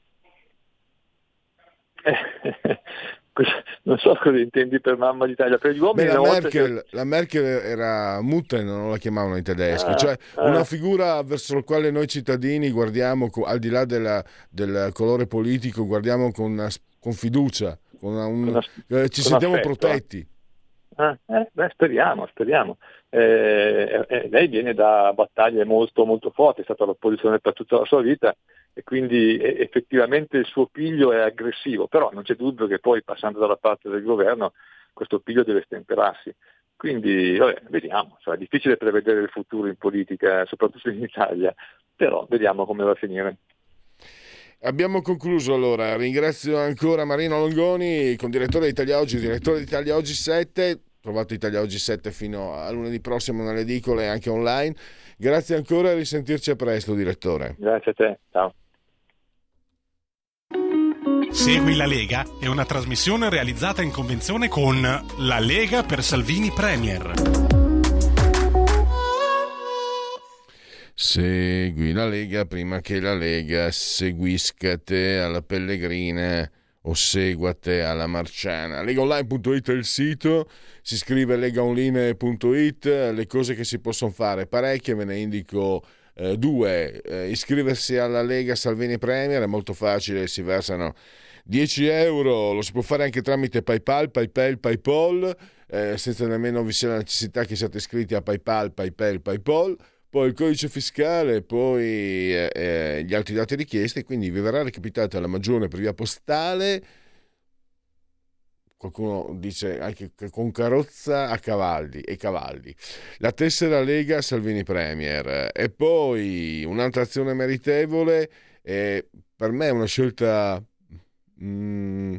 Non so cosa intendi per mamma d'Italia, per gli uomini. Beh, la, Merkel, che... la Merkel era Mutten, non la chiamavano i tedeschi, ah, cioè ah. una figura verso la quale noi cittadini guardiamo, al di là della, del colore politico, guardiamo con, una, con fiducia, con una, un, una, eh, ci con sentiamo affetto. protetti. Ah, eh, beh, speriamo, speriamo. Eh, eh, lei viene da battaglie molto molto forti, è stata all'opposizione per tutta la sua vita, e quindi eh, effettivamente il suo piglio è aggressivo, però non c'è dubbio che poi, passando dalla parte del governo, questo piglio deve stemperarsi. Quindi vabbè, vediamo, cioè, è difficile prevedere il futuro in politica, soprattutto in Italia, però vediamo come va a finire. Abbiamo concluso allora, ringrazio ancora Marino Longoni, con direttore di Italia Oggi, direttore di Italia Oggi sette, trovate Italia Oggi sette fino a lunedì prossimo nelle edicole e anche online. Grazie ancora e risentirci a presto, direttore. Grazie a te, ciao. Segui la Lega è una trasmissione realizzata in convenzione con La Lega per Salvini Premier. Segui la Lega prima che la Lega seguisca te alla Pellegrina o segua te alla Marciana. legaonline punto it è il sito, si scrive legaonline punto it, le cose che si possono fare parecchie, ve ne indico eh, due. Eh, iscriversi alla Lega Salvini Premier è molto facile, si versano dieci euro, lo si può fare anche tramite PayPal, PayPal, PayPal, eh, senza nemmeno vi sia la necessità che siate iscritti a PayPal, PayPal, PayPal. Poi il codice fiscale, poi eh, eh, gli altri dati richiesti, quindi vi verrà recapitata la magione per via postale, qualcuno dice anche con carrozza a cavalli e cavalli, la tessera Lega Salvini Premier. E poi un'altra azione meritevole, eh, per me è una scelta mh,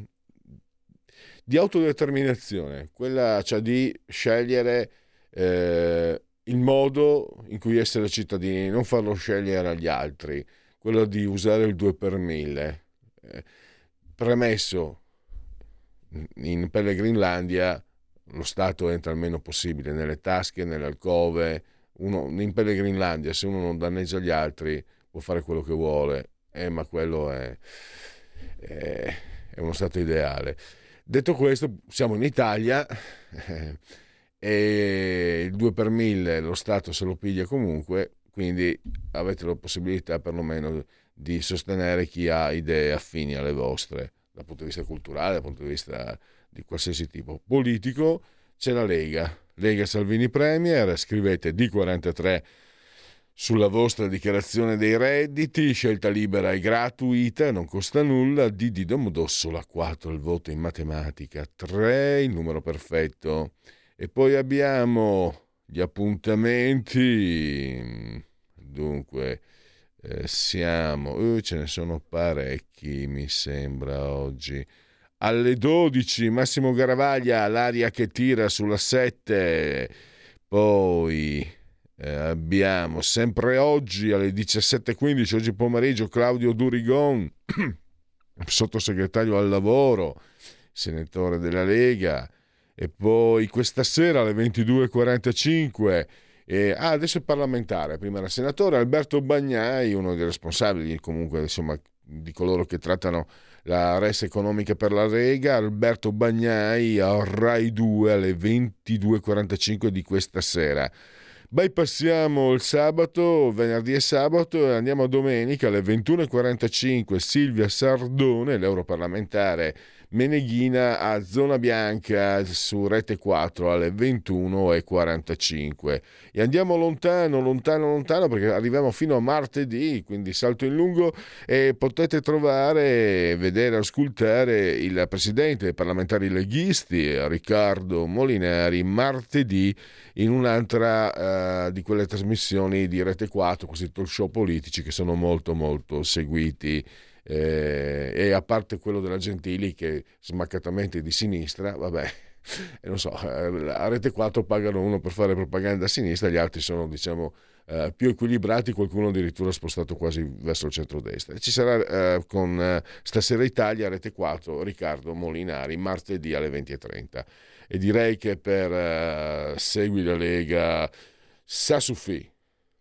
di autodeterminazione, quella cioè di scegliere eh, il modo in cui essere cittadini, non farlo scegliere agli altri, quello di usare il due per mille. Eh, premesso, in Pellegrinlandia lo Stato entra il meno possibile nelle tasche, nelle alcove. Uno, in Pellegrinlandia, se uno non danneggia gli altri, può fare quello che vuole, eh, ma quello è, è, è uno Stato ideale. Detto questo, siamo in Italia, eh, e il due per mille lo Stato se lo piglia comunque, quindi avete la possibilità perlomeno di sostenere chi ha idee affini alle vostre, dal punto di vista culturale, dal punto di vista di qualsiasi tipo politico. C'è la Lega, Lega Salvini Premier, scrivete D quarantatré sulla vostra dichiarazione dei redditi, scelta libera e gratuita, non costa nulla, D di Domodossola, quattro il voto in matematica, tre il numero perfetto. E poi abbiamo gli appuntamenti, dunque eh, siamo, uh, ce ne sono parecchi mi sembra oggi, alle dodici Massimo Garavaglia, l'aria che tira sulla sette, poi eh, abbiamo sempre oggi alle diciassette e quindici, oggi pomeriggio, Claudio Durigon, sottosegretario al lavoro, senatore della Lega. E poi questa sera alle ventidue e quarantacinque, eh, ah, adesso è parlamentare, prima era senatore, Alberto Bagnai, uno dei responsabili comunque insomma di coloro che trattano la res economica per la Lega, Alberto Bagnai a Rai due alle ventidue e quarantacinque di questa sera. Bypassiamo il sabato, venerdì e sabato e andiamo a domenica alle ventuno e quarantacinque. Silvia Sardone, l'europarlamentare meneghina, a Zona Bianca su Rete quattro alle ventuno e quarantacinque. E andiamo lontano, lontano, lontano, perché arriviamo fino a martedì, quindi salto in lungo, e potete trovare, vedere, ascoltare il presidente dei parlamentari leghisti, Riccardo Molinari, martedì in un'altra uh, di quelle trasmissioni di Rete quattro, questi talk show politici che sono molto molto seguiti. Eh, e a parte quello della Gentili, che smaccatamente di sinistra, vabbè, eh, non so, eh, a Rete quattro pagano uno per fare propaganda a sinistra, gli altri sono, diciamo, eh, più equilibrati, qualcuno addirittura spostato quasi verso il centrodestra. Ci sarà eh, con eh, Stasera Italia, Rete quattro, Riccardo Molinari, martedì alle venti e trenta. E direi che per eh, Segui la Lega, Sassufi.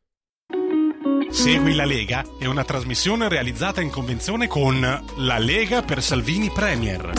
Segui la Lega è una trasmissione realizzata in convenzione con La Lega per Salvini Premier.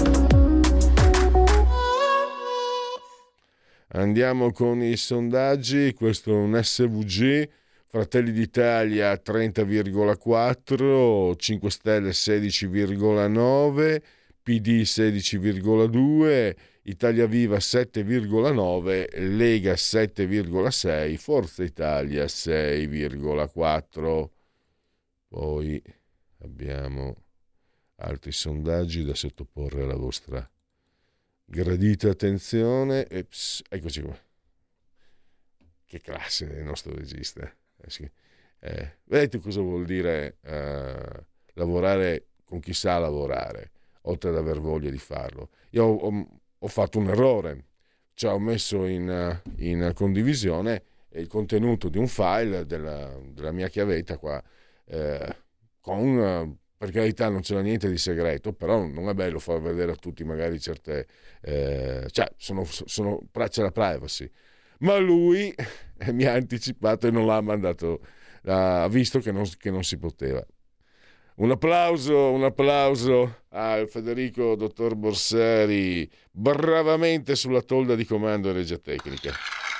Andiamo con i sondaggi. Questo è un S V G. Fratelli d'Italia trenta virgola quattro, cinque Stelle sedici virgola nove, P D sedici virgola due, Italia Viva sette virgola nove, Lega sette virgola sei, Forza Italia sei virgola quattro. Poi abbiamo altri sondaggi da sottoporre alla vostra gradita attenzione. E pss, eccoci qua. Che classe del nostro regista. Eh sì. eh, vedete cosa vuol dire eh, lavorare con chi sa lavorare, oltre ad aver voglia di farlo. Io ho, ho, ho fatto un errore, cioè ho messo in, in condivisione il contenuto di un file della, della mia chiavetta qua, eh, con, per carità non c'era niente di segreto, però non è bello far vedere a tutti magari certe, eh, cioè sono, sono c'è la privacy, ma lui mi ha anticipato e non l'ha mandato, ha visto che non, che non si poteva. Un applauso, un applauso al Federico dottor Borsari, bravamente sulla tolda di comando e regia tecnica.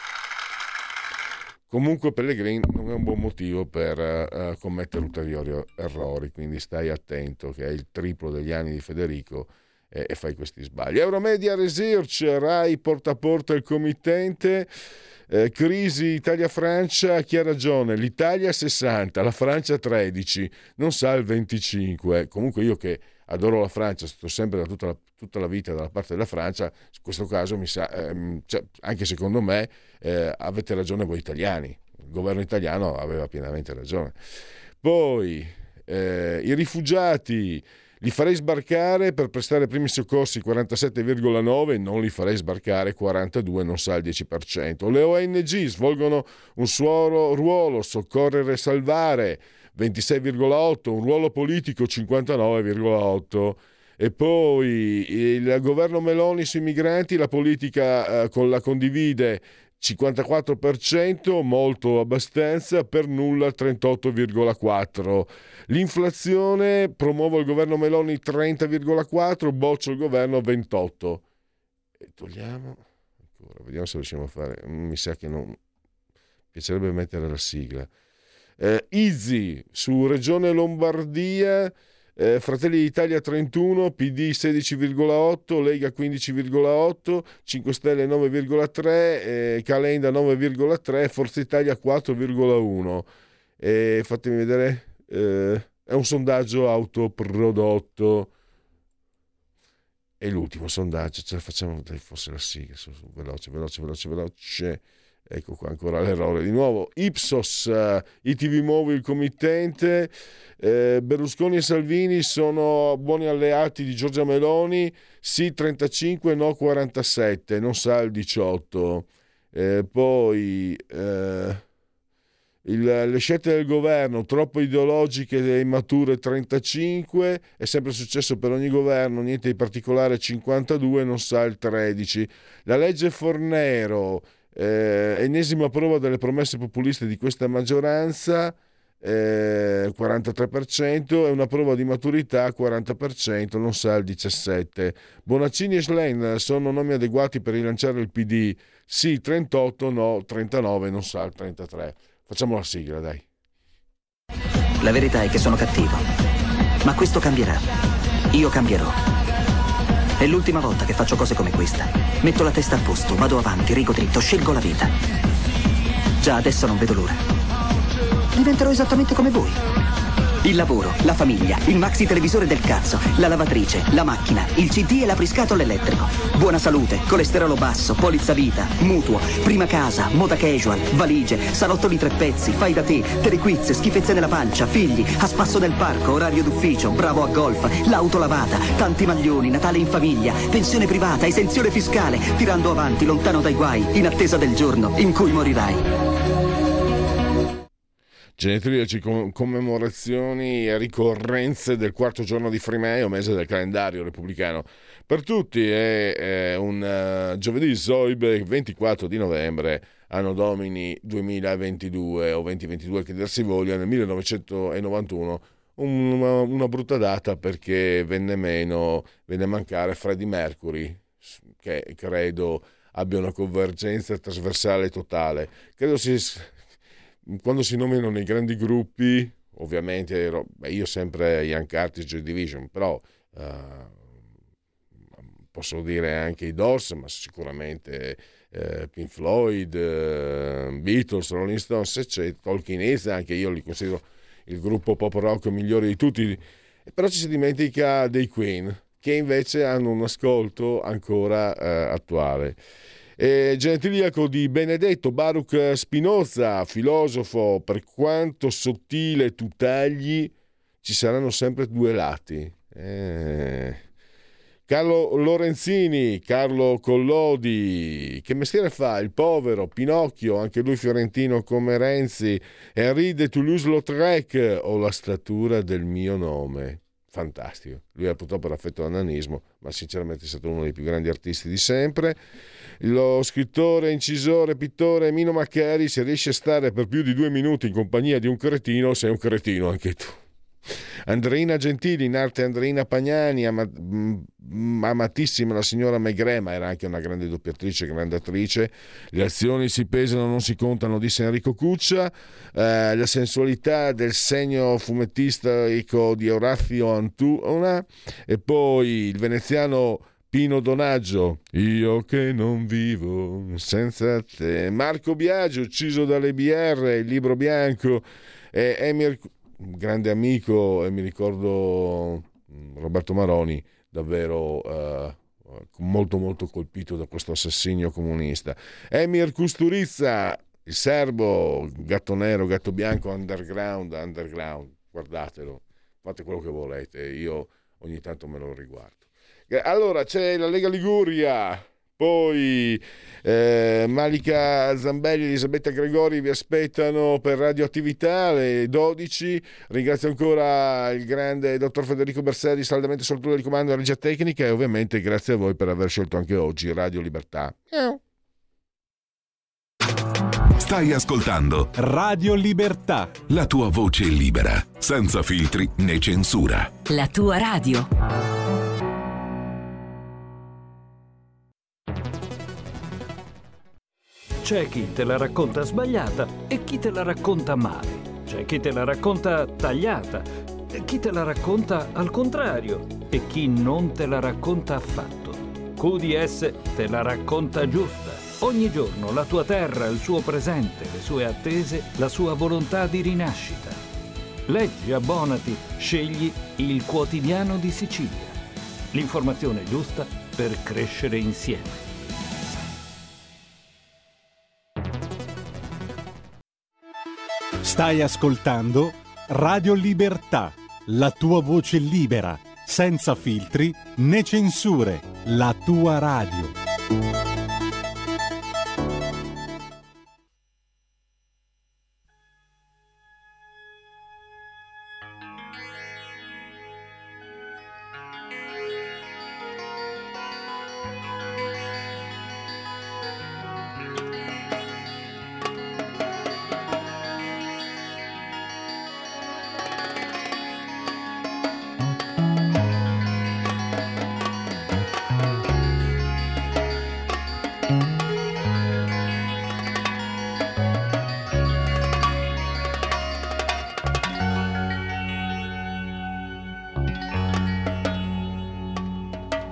Comunque Pellegrini non è un buon motivo per uh, commettere ulteriori errori, quindi stai attento che hai il triplo degli anni di Federico e, e fai questi sbagli. Euromedia Research, Rai porta a porta il committente, eh, crisi Italia-Francia, chi ha ragione? L'Italia sessanta, la Francia tredici, non sa il venticinque. Comunque io che adoro la Francia, sto sempre da tutta la, tutta la vita dalla parte della Francia, in questo caso mi sa, ehm, cioè, anche secondo me eh, avete ragione voi italiani, il governo italiano aveva pienamente ragione. Poi eh, i rifugiati li farei sbarcare per prestare primi soccorsi quarantasette virgola nove, non li farei sbarcare quarantadue, non sa il dieci per cento. Le O N G svolgono un suo ruolo, soccorrere e salvare, ventisei virgola otto, un ruolo politico cinquantanove virgola otto. E poi il governo Meloni sui migranti, la politica eh, con la condivide cinquantaquattro per cento, molto abbastanza, per nulla trentotto virgola quattro. L'inflazione, promuovo il governo Meloni trenta virgola quattro, boccio il governo ventotto. E togliamo ancora, vediamo se riusciamo a fare, mi sa che non, piacerebbe mettere la sigla. Eh, Easy su Regione Lombardia, eh, Fratelli d'Italia trentuno, P D sedici virgola otto, Lega quindici virgola otto, cinque Stelle nove virgola tre, eh, Calenda nove virgola tre, Forza Italia quattro virgola uno. Eh, fatemi vedere, eh, è un sondaggio autoprodotto. E l'ultimo sondaggio, ce la facciamo, dai, forse la sigla, su, su, veloce, veloce, veloce, veloce. Ecco qua ancora l'errore di nuovo. Ipsos, uh, I T V Mobile, il committente, eh, Berlusconi e Salvini sono buoni alleati di Giorgia Meloni, sì trentacinque, no quarantasette, non sa il diciotto. Eh, poi eh, il, le scelte del governo troppo ideologiche e immature trentacinque, è sempre successo per ogni governo, niente di particolare cinquantadue, non sa il tredici. La legge Fornero, Eh, ennesima prova delle promesse populiste di questa maggioranza, eh, quarantatré per cento, e una prova di maturità quaranta per cento, non sa il diciassette per cento. Bonaccini e Schlein sono nomi adeguati per rilanciare il P D, sì trentotto, no trentanove, non sa il trentatré. Facciamo la sigla, dai. La verità è che sono cattivo, ma questo cambierà. Io cambierò. È l'ultima volta che faccio cose come questa. Metto la testa a posto, vado avanti, rigo dritto, scelgo la vita. Già adesso non vedo l'ora. Diventerò esattamente come voi. Il lavoro, la famiglia, il maxi televisore del cazzo, la lavatrice, la macchina, il C D e l'apriscatole elettrico. Buona salute, colesterolo basso, polizza vita, mutuo, prima casa, moda casual, valigie, salottoli tre pezzi, fai da te, telequiz, schifezze nella pancia, figli, a spasso nel parco, orario d'ufficio, bravo a golf, l'auto lavata, tanti maglioni, Natale in famiglia, pensione privata, esenzione fiscale, tirando avanti, lontano dai guai, in attesa del giorno in cui morirai. Genetriaci, commemorazioni e ricorrenze del quarto giorno di Frimeo, mese del calendario repubblicano. Per tutti è, è un uh, giovedì Zoibe, ventiquattro di novembre, anno domini duemilaventidue o duemilaventidue che dir si voglia. Nel millenovecentonovantuno una, una brutta data, perché venne meno, venne a mancare Freddie Mercury, che credo abbia una convergenza trasversale totale. Credo si... Quando si nominano nei grandi gruppi, ovviamente beh, io sempre Young Artist, Joy Division, però uh, posso dire anche i Doors, ma sicuramente uh, Pink Floyd, uh, Beatles, Rolling Stones, eccetera, Talking Heads, anche io li considero il gruppo pop rock migliore di tutti, però ci si dimentica dei Queen, che invece hanno un ascolto ancora uh, attuale. E genetiliaco di Benedetto Baruch Spinoza, filosofo: per quanto sottile tu tagli, ci saranno sempre due lati. Eh. Carlo Lorenzini, Carlo Collodi, che mestiere fa? Il povero, Pinocchio, anche lui fiorentino come Renzi, Henri de Toulouse-Lautrec, o la statura del mio nome. Fantastico. Lui ha purtroppo affetto da nanismo, ma sinceramente è stato uno dei più grandi artisti di sempre. Lo scrittore, incisore, pittore Mino Maccari: se riesci a stare per più di due minuti in compagnia di un cretino, sei un cretino anche tu. Andreina Gentili, in arte Andreina Pagnani, ama, amatissima la signora Maigret, ma era anche una grande doppiatrice, grande attrice. Le azioni si pesano, non si contano, disse Enrico Cuccia. Eh, la sensualità del segno fumettistico di Orazio Antuna. E poi il veneziano Pino Donaggio, io che non vivo senza te. Marco Biagio, ucciso dalle B R, il libro bianco. E Emir, grande amico, e mi ricordo Roberto Maroni, davvero uh, molto molto colpito da questo assassinio comunista. Emir Kusturica, il serbo, gatto nero, gatto bianco, underground, underground, guardatelo, fate quello che volete, io ogni tanto me lo riguardo. Allora c'è la Lega Liguria, poi eh, Malika Zambelli e Elisabetta Gregori vi aspettano per Radioattività alle dodici. Ringrazio ancora il grande dottor Federico Berseri, saldamente sotto il comando della regia tecnica, e ovviamente grazie a voi per aver scelto anche oggi Radio Libertà. Stai ascoltando Radio Libertà, la tua voce libera, senza filtri né censura. La tua radio. C'è chi te la racconta sbagliata e chi te la racconta male. C'è chi te la racconta tagliata e chi te la racconta al contrario e chi non te la racconta affatto. Q D S te la racconta giusta. Ogni giorno la tua terra, il suo presente, le sue attese, la sua volontà di rinascita. Leggi, abbonati, scegli il Quotidiano di Sicilia. L'informazione giusta per crescere insieme. Stai ascoltando Radio Libertà, la tua voce libera, senza filtri né censure, la tua radio.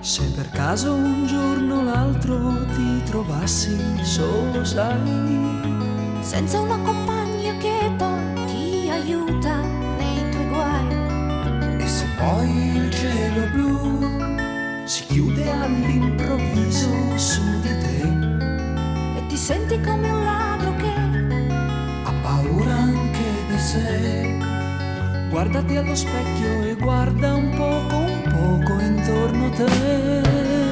Se per caso un giorno o l'altro ti trovassi solo, sai, senza una compagna che poi ti aiuta nei tuoi guai. E se poi il cielo blu si chiude all'improvviso su di te e ti senti come un ladro che ha paura anche di sé, guardati allo specchio e guarda un poco, un poco intorno a te.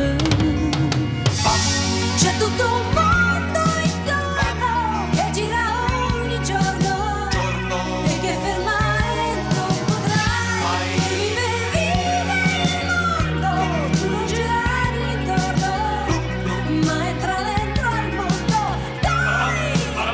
C'è tutto un mondo intorno che gira ogni giorno, giorno. E che fermare non potrai. Vive, vive il mondo, tu non girare intorno, ma entra dentro al mondo, dai!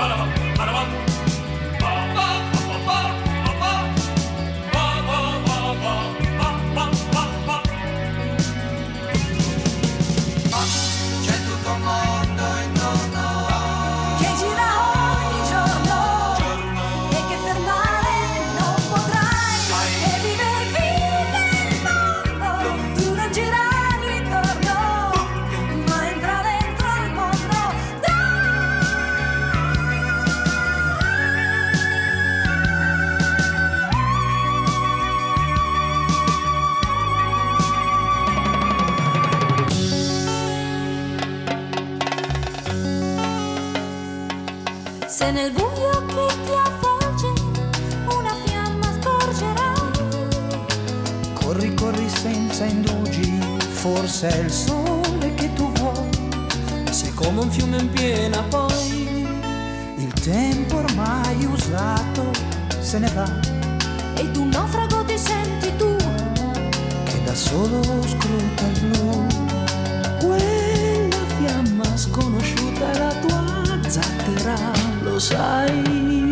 Se nel buio che ti avvolge una fiamma scorgerai, corri, corri senza indugi, forse è il sole che tu vuoi. Sei come un fiume in piena, poi il tempo ormai usato se ne va, ed un naufrago ti senti tu che da solo scruta il blu. Quella fiamma sconosciuta è la tua zattera, lo sai.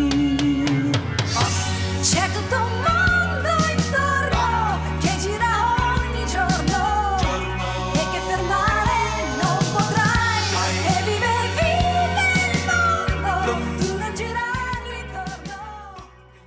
C'è tutto un mondo intorno che gira ogni giorno, giorno. E che fermare non potrai. E vive, vive il mondo, tu non girare intorno.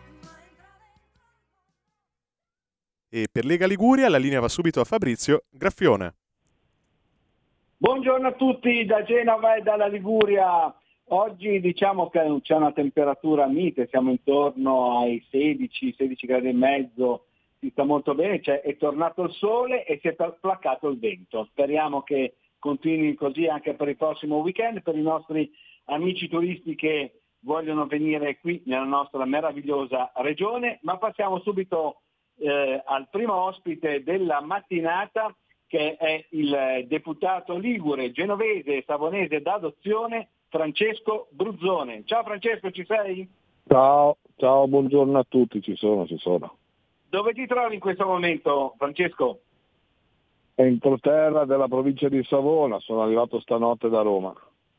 E per Lega Liguria la linea va subito a Fabrizio Graffione. Buongiorno a tutti da Genova e dalla Liguria. Oggi diciamo che c'è una temperatura mite, siamo intorno ai sedici, sedici gradi e mezzo, si sta molto bene, cioè è tornato il sole e si è placato il vento. Speriamo che continui così anche per il prossimo weekend, per i nostri amici turisti che vogliono venire qui nella nostra meravigliosa regione. Ma passiamo subito eh, al primo ospite della mattinata, che è il deputato ligure, genovese e savonese d'adozione, Francesco Bruzzone. Ciao Francesco, ci sei? Ciao, ciao, buongiorno a tutti, ci sono, ci sono. Dove ti trovi in questo momento, Francesco? Entroterra della provincia di Savona, sono arrivato stanotte da Roma.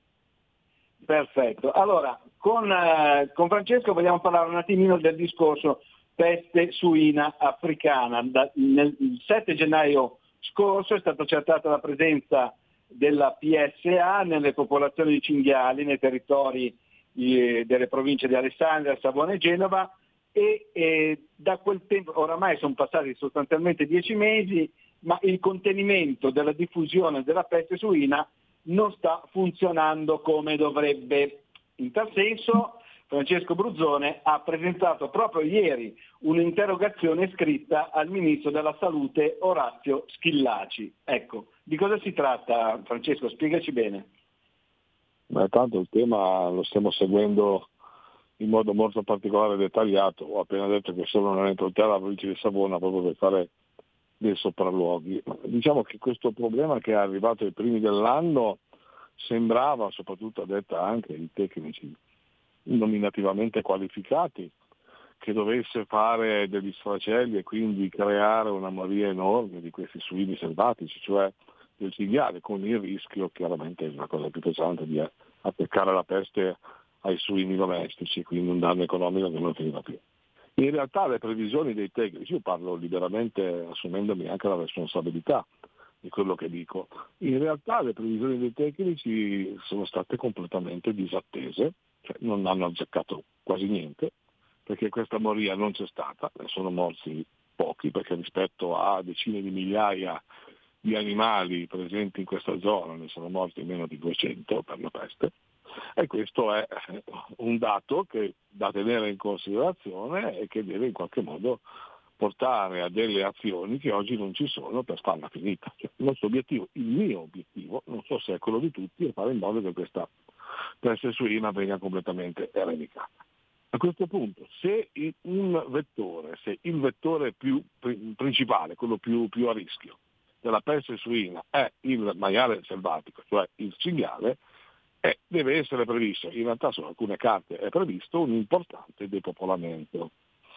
Perfetto, allora con, eh, con Francesco vogliamo parlare un attimino del discorso peste suina africana. Da, nel, il sette gennaio scorso è stata accertata la presenza della P S A nelle popolazioni di cinghiali nei territori eh, delle province di Alessandria, Savona e Genova, e eh, da quel tempo, oramai sono passati sostanzialmente dieci mesi, ma il contenimento della diffusione della peste suina non sta funzionando come dovrebbe. In tal senso Francesco Bruzzone ha presentato proprio ieri un'interrogazione scritta al Ministro della Salute Orazio Schillaci. Ecco, di cosa si tratta, Francesco? Spiegaci bene. Beh, tanto il tema lo stiamo seguendo in modo molto particolare e dettagliato. Ho appena detto che sono nell'entroterra della provincia di Savona proprio per fare dei sopralluoghi. Diciamo che questo problema che è arrivato ai primi dell'anno sembrava, soprattutto a detta anche di tecnici nominativamente qualificati, che dovesse fare degli sfracelli e quindi creare una moria enorme di questi suini selvatici, cioè del cinghiale, con il rischio, chiaramente è la cosa più pesante, di attaccare la peste ai suini domestici, quindi un danno economico che non finiva più. In realtà le previsioni dei tecnici, io parlo liberamente assumendomi anche la responsabilità di quello che dico, in realtà le previsioni dei tecnici sono state completamente disattese, cioè non hanno azzeccato quasi niente, perché questa moria non c'è stata, ne sono morti pochi, perché rispetto a decine di migliaia di animali presenti in questa zona, ne sono morti meno di duecento per la peste, e questo è un dato che da tenere in considerazione e che deve in qualche modo portare a delle azioni che oggi non ci sono per farla finita. Cioè, il nostro obiettivo, il mio obiettivo, non so se è quello di tutti, è fare in modo che questa peste suina venga completamente eradicata. A questo punto, se il, un vettore, se il vettore più pri- principale, quello più, più a rischio della peste suina è il maiale selvatico, cioè il cinghiale, eh, deve essere previsto, in realtà su alcune carte è previsto un importante depopolamento.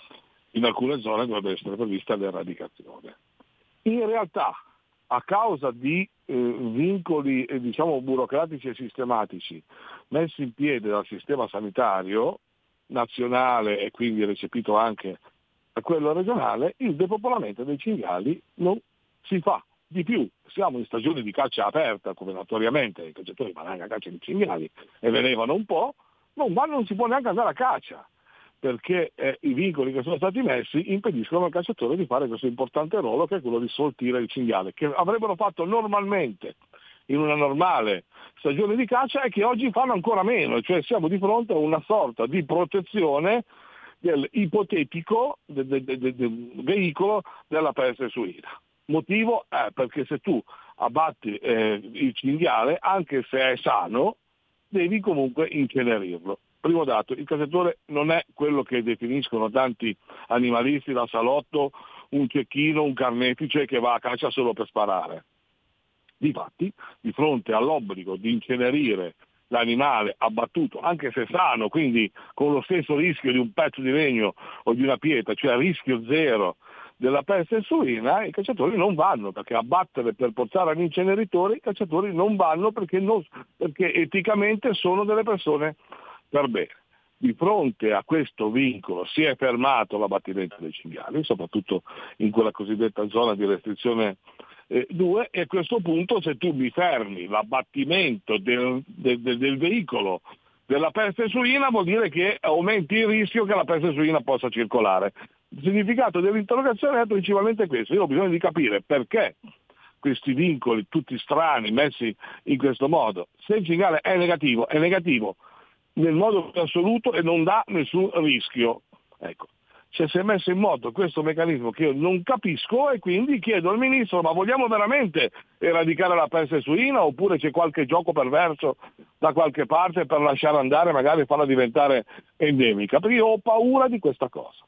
In alcune zone dovrebbe essere prevista l'eradicazione. In realtà, a causa di eh, vincoli eh, diciamo burocratici e sistematici messi in piedi dal sistema sanitario nazionale e quindi recepito anche a quello regionale, il depopolamento dei cinghiali non si fa. Di più, siamo in stagione di caccia aperta, come notoriamente i cacciatori vanno anche a caccia di cinghiali e venivano un po', non, vanno, non si può neanche andare a caccia, perché eh, i vincoli che sono stati messi impediscono al cacciatore di fare questo importante ruolo che è quello di sortire il cinghiale, che avrebbero fatto normalmente in una normale stagione di caccia e che oggi fanno ancora meno, cioè siamo di fronte a una sorta di protezione del ipotetico del, del, del, del veicolo della peste suina. Motivo è perché se tu abbatti eh, il cinghiale, anche se è sano, devi comunque incenerirlo. Primo dato, il cacciatore non è quello che definiscono tanti animalisti da salotto, un cecchino, un carnefice che va a caccia solo per sparare. Difatti, di fronte all'obbligo di incenerire l'animale abbattuto, anche se sano, quindi con lo stesso rischio di un pezzo di legno o di una pietra, cioè a rischio zero della peste suina, i cacciatori non vanno, perché abbattere per portare all'inceneritore i cacciatori non vanno perché, non, perché eticamente sono delle persone per bene. Di fronte a questo vincolo si è fermato l'abbattimento dei cinghiali, soprattutto in quella cosiddetta zona di restrizione due, e a questo punto se tu mi fermi l'abbattimento del, del, del, del veicolo della peste suina vuol dire che aumenti il rischio che la peste suina possa circolare. Il significato dell'interrogazione è principalmente questo: io ho bisogno di capire perché questi vincoli tutti strani messi in questo modo. Se il cinghiale è negativo, è negativo nel modo più assoluto e non dà nessun rischio. Ecco. Cioè, si è messo in moto questo meccanismo che io non capisco e quindi chiedo al Ministro: ma vogliamo veramente eradicare la peste suina oppure c'è qualche gioco perverso da qualche parte per lasciare andare, magari farla diventare endemica? Perché io ho paura di questa cosa.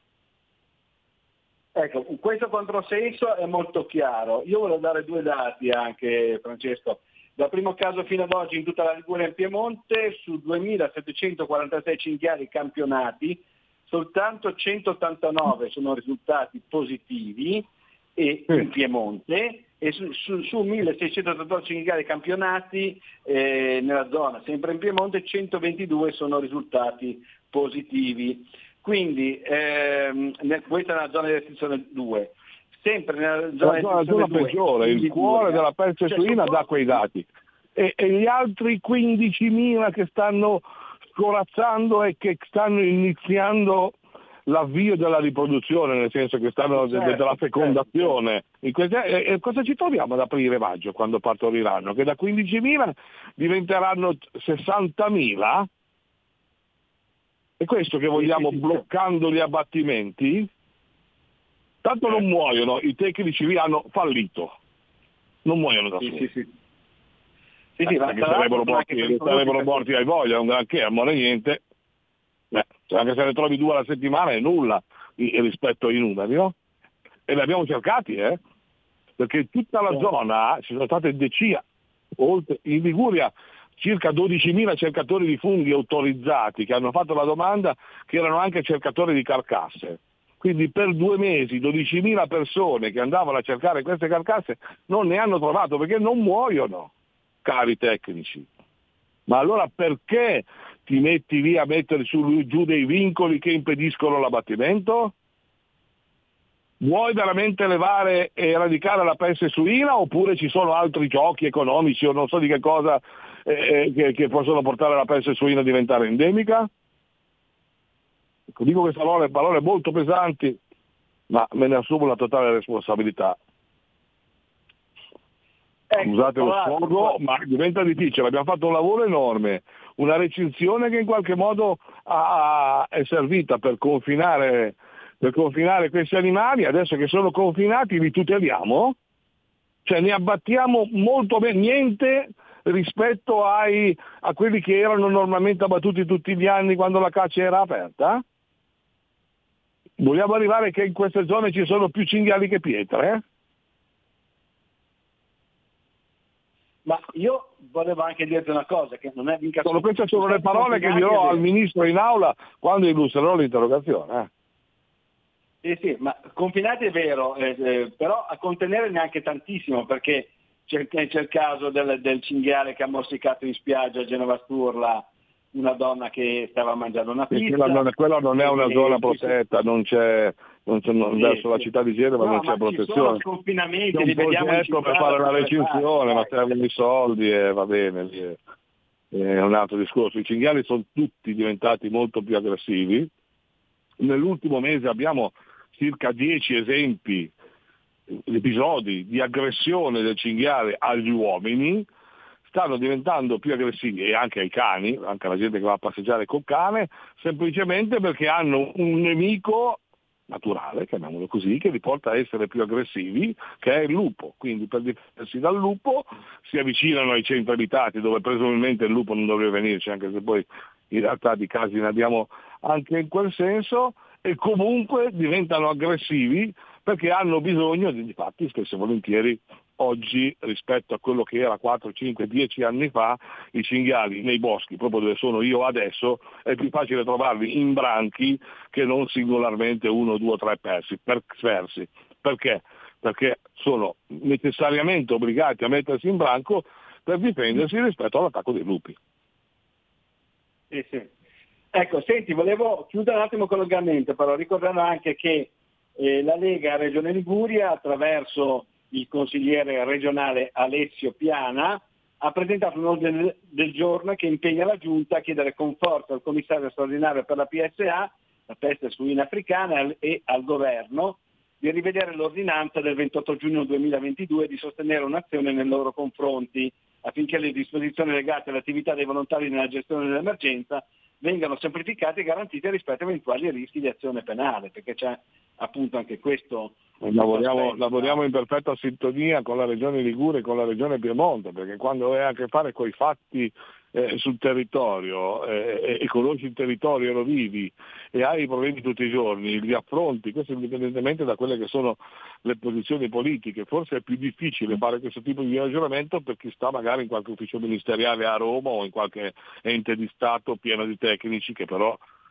Ecco, questo controsenso è molto chiaro. Io volevo dare due dati anche, Francesco. Dal primo caso fino ad oggi in tutta la Liguria e in Piemonte, su duemilasettecentoquarantasei cinghiali campionati, soltanto centottantanove sono risultati positivi e in Piemonte, e su, su, su milleseicentottantaotto cinghiali campionati eh, nella zona, sempre in Piemonte, centoventidue sono risultati positivi. Quindi ehm, nel, questa è una zona di restrizione due. Sempre nella zona, la zona peggiore, il cuore della peste suina dà quei dati. E, e gli altri quindicimila che stanno corazzando e che stanno iniziando l'avvio della riproduzione, nel senso che stanno certo, della fecondazione. Certo. In queste, e, e cosa ci troviamo ad aprile-maggio quando partoriranno? Che da quindicimila diventeranno sessantamila? È questo che vogliamo, bloccando gli abbattimenti? Tanto non muoiono, i tecnici lì hanno fallito, non muoiono da soli. Sì, sì, sì. Sì, sì, eh, perché sarebbero morti, sarebbero morti ai voglia, un granché, a muore niente. Beh, anche se ne trovi due alla settimana è nulla rispetto ai numeri, no? E li abbiamo cercati, eh? Perché tutta la zona ci sono state decine, oltre, in Liguria circa dodicimila cercatori di funghi autorizzati che hanno fatto la domanda, che erano anche cercatori di carcasse. Quindi per due mesi dodicimila persone che andavano a cercare queste carcasse non ne hanno trovato, perché non muoiono, cari tecnici. Ma allora perché ti metti lì a mettere su, giù dei vincoli che impediscono l'abbattimento? Vuoi veramente levare e eradicare la peste suina oppure ci sono altri giochi economici o non so di che cosa eh, che, che possono portare la peste suina a diventare endemica? Dico queste parole, parole molto pesanti, ma me ne assumo la totale responsabilità. scusate lo sfogo, ma diventa difficile. Abbiamo fatto un lavoro enorme, una recinzione che in qualche modo ha, è servita per confinare, per confinare questi animali. Adesso che sono confinati li tuteliamo, cioè ne abbattiamo molto bene, niente rispetto ai, a quelli che erano normalmente abbattuti tutti gli anni quando la caccia era aperta. Vogliamo arrivare che in queste zone ci sono più cinghiali che pietre, eh? Ma io volevo anche dirti una cosa, che non è mica... Solo queste sono le parole che dirò al Ministro in aula quando illustrerò l'interrogazione. Eh. Sì, sì, ma confinati è vero, eh, eh, però a contenere neanche tantissimo, perché c'è, c'è il caso del, del cinghiale che ha morsicato in spiaggia a Genova Sturla una donna che stava mangiando una pizza. Quella non, quella non è una zona protetta, non c'è, non c'è non, sì, verso sì. la città di Genova no, non c'è ma protezione. Ci sono sconfinamenti, c'è li un vediamo in progetto per fare la recinzione, ma servono i soldi e va bene, lì è, è un altro discorso. I cinghiali sono tutti diventati molto più aggressivi. Nell'ultimo mese abbiamo circa dieci esempi, episodi di aggressione del cinghiale agli uomini. Stanno diventando più aggressivi, e anche ai cani, anche alla gente che va a passeggiare col cane, semplicemente perché hanno un nemico naturale, chiamiamolo così, che li porta a essere più aggressivi, che è il lupo. Quindi per difendersi dal lupo si avvicinano ai centri abitati, dove presumibilmente il lupo non dovrebbe venirci, anche se poi in realtà di casi ne abbiamo anche in quel senso, e comunque diventano aggressivi perché hanno bisogno di, difatti spesso e volentieri oggi rispetto a quello che era quattro, cinque, dieci anni fa, i cinghiali nei boschi, proprio dove sono io adesso, è più facile trovarli in branchi che non singolarmente uno, due o tre persi, per, persi. Perché? Perché sono necessariamente obbligati a mettersi in branco per difendersi rispetto all'attacco dei lupi. Sì, sì. Ecco, senti, volevo chiudere un attimo il collegamento, però ricordando anche che eh, la Lega Regione Liguria, attraverso il consigliere regionale Alessio Piana, ha presentato un ordine del giorno che impegna la Giunta a chiedere conforto al commissario straordinario per la P S A, la peste suina africana, e al governo di rivedere l'ordinanza del ventotto giugno duemilaventidue e di sostenere un'azione nei loro confronti affinché le disposizioni legate all'attività dei volontari nella gestione dell'emergenza vengano semplificate e garantite rispetto a eventuali rischi di azione penale, perché c'è appunto anche questo. Lavoriamo, lavoriamo in perfetta sintonia con la Regione Liguria e con la Regione Piemonte, perché quando hai a che fare con i fatti eh, sul territorio eh, e conosci il territorio e lo vivi e hai i problemi tutti i giorni, li affronti, questo indipendentemente da quelle che sono le posizioni politiche. Forse è più difficile fare questo tipo di ragionamento per chi sta magari in qualche ufficio ministeriale a Roma o in qualche ente di Stato pieno di tecnici che però,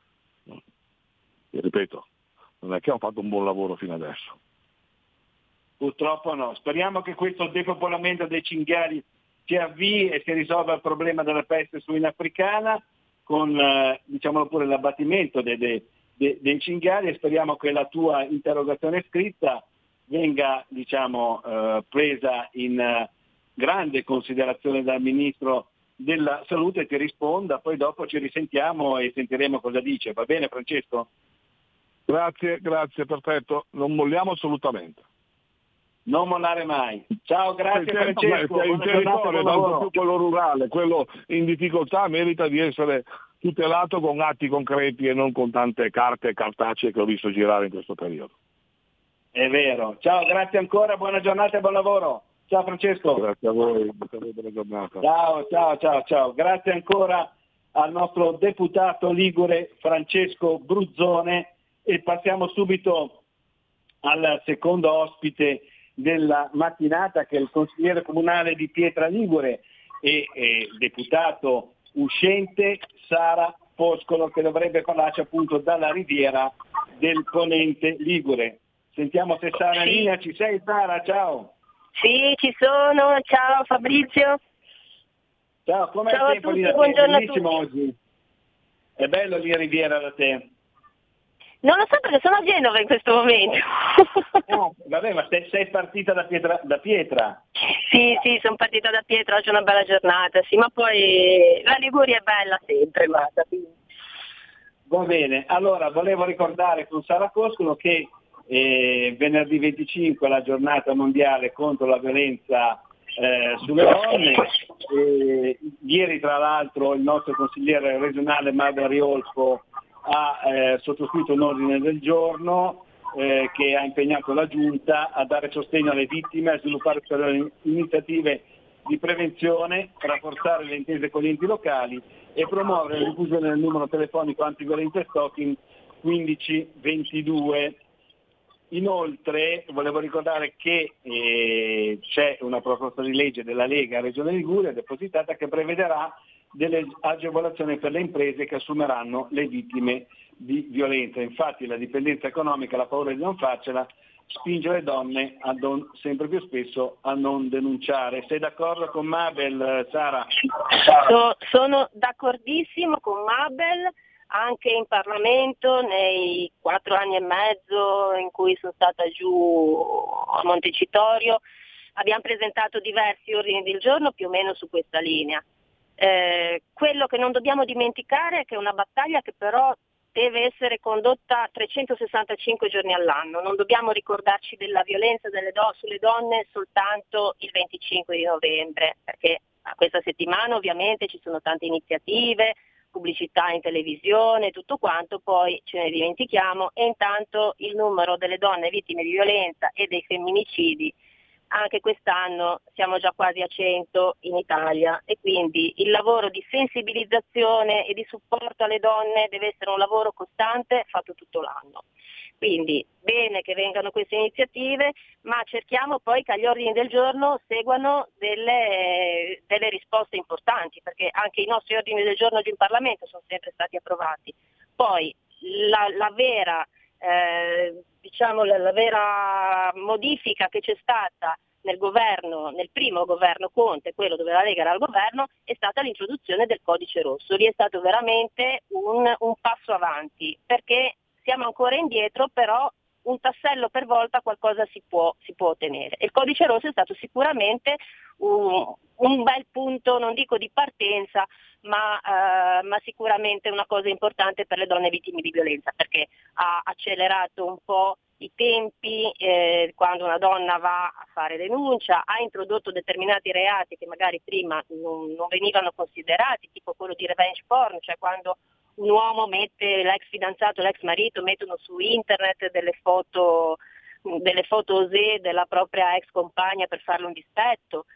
ripeto, non è che hanno fatto un buon lavoro fino adesso. Purtroppo no. Speriamo che questo depopolamento dei cinghiali si avvii e si risolva il problema della peste suina africana con eh, diciamolo pure l'abbattimento dei, dei, dei, dei cinghiali, e speriamo che la tua interrogazione scritta venga diciamo eh, presa in eh, grande considerazione dal Ministro della Salute e ti risponda, poi dopo ci risentiamo e sentiremo cosa dice. Va bene, Francesco? Grazie, grazie, perfetto. Non molliamo assolutamente. Non mollare mai. Ciao, grazie Francesco. Il territorio, tanto più quello rurale, quello in difficoltà, merita di essere tutelato con atti concreti e non con tante carte cartacee che ho visto girare in questo periodo. È vero. Ciao, grazie ancora, buona giornata e buon lavoro. Ciao Francesco. Grazie a voi, buona giornata. Ciao, ciao, ciao, ciao. Grazie ancora al nostro deputato ligure Francesco Bruzzone, e passiamo subito al secondo ospite della mattinata, che è il consigliere comunale di Pietra Ligure e, e deputato uscente Sara Foscolo, che dovrebbe parlarci appunto dalla riviera del Ponente Ligure. Sentiamo se Sara in linea. Ci sei, Sara? Ciao. Sì, ci sono. Ciao Fabrizio. Ciao, com'è Ciao il tempo a tutti, lì da te? buongiorno a Bellissimo tutti. oggi. È bello lì a Riviera da te. Non lo so perché sono a Genova in questo momento. Oh, vabbè, ma sei, sei partita da Pietra, da Pietra? Sì, sì, sono partita da Pietra, oggi è una bella giornata, sì, ma poi la Liguria è bella sempre, ma Va bene, allora volevo ricordare con Sara Foscolo che eh, venerdì venticinque è la giornata mondiale contro la violenza eh, sulle donne. E ieri tra l'altro il nostro consigliere regionale Mario Riolfo ha eh, sottoscritto un ordine del giorno eh, che ha impegnato la Giunta a dare sostegno alle vittime, a sviluppare iniziative di prevenzione, rafforzare le intese con gli enti locali e promuovere la diffusione del numero telefonico antiviolenza e stalking quindici ventidue. Inoltre volevo ricordare che eh, c'è una proposta di legge della Lega Regione Liguria depositata che prevederà delle agevolazioni per le imprese che assumeranno le vittime di violenza. Infatti la dipendenza economica, la paura di non farcela, spinge le donne a don, sempre più spesso a non denunciare. Sei d'accordo con Mabel, Sara? So- sono d'accordissimo con Mabel. Anche in Parlamento, nei quattro anni e mezzo in cui sono stata giù a Montecitorio, abbiamo presentato diversi ordini del giorno più o meno su questa linea. Eh, quello che non dobbiamo dimenticare è che è una battaglia che però deve essere condotta trecentosessantacinque giorni all'anno. Non dobbiamo ricordarci della violenza delle do- sulle donne soltanto il venticinque di novembre, perché a questa settimana ovviamente ci sono tante iniziative, pubblicità in televisione, tutto quanto, poi ce ne dimentichiamo e intanto il numero delle donne vittime di violenza e dei femminicidi anche quest'anno siamo già quasi a cento in Italia e quindi il lavoro di sensibilizzazione e di supporto alle donne deve essere un lavoro costante fatto tutto l'anno. Quindi bene che vengano queste iniziative, ma cerchiamo poi che agli ordini del giorno seguano delle, delle risposte importanti, perché anche i nostri ordini del giorno giù in Parlamento sono sempre stati approvati. Poi la, la vera eh, diciamo la, la vera modifica che c'è stata nel governo, nel primo governo Conte, quello dove la Lega era al governo, è stata l'introduzione del codice rosso. Lì è stato veramente un, un passo avanti, perché siamo ancora indietro, però un tassello per volta qualcosa si può, si può ottenere. Il codice rosso è stato sicuramente un, un bel punto, non dico di partenza, ma, eh, ma sicuramente una cosa importante per le donne vittime di violenza, perché ha accelerato un po' i tempi eh, quando una donna va a fare denuncia, ha introdotto determinati reati che magari prima non, non venivano considerati, tipo quello di revenge porn, cioè quando un uomo mette, l'ex fidanzato, l'ex marito mettono su internet delle foto, delle foto osè della propria ex compagna per farle un dispetto,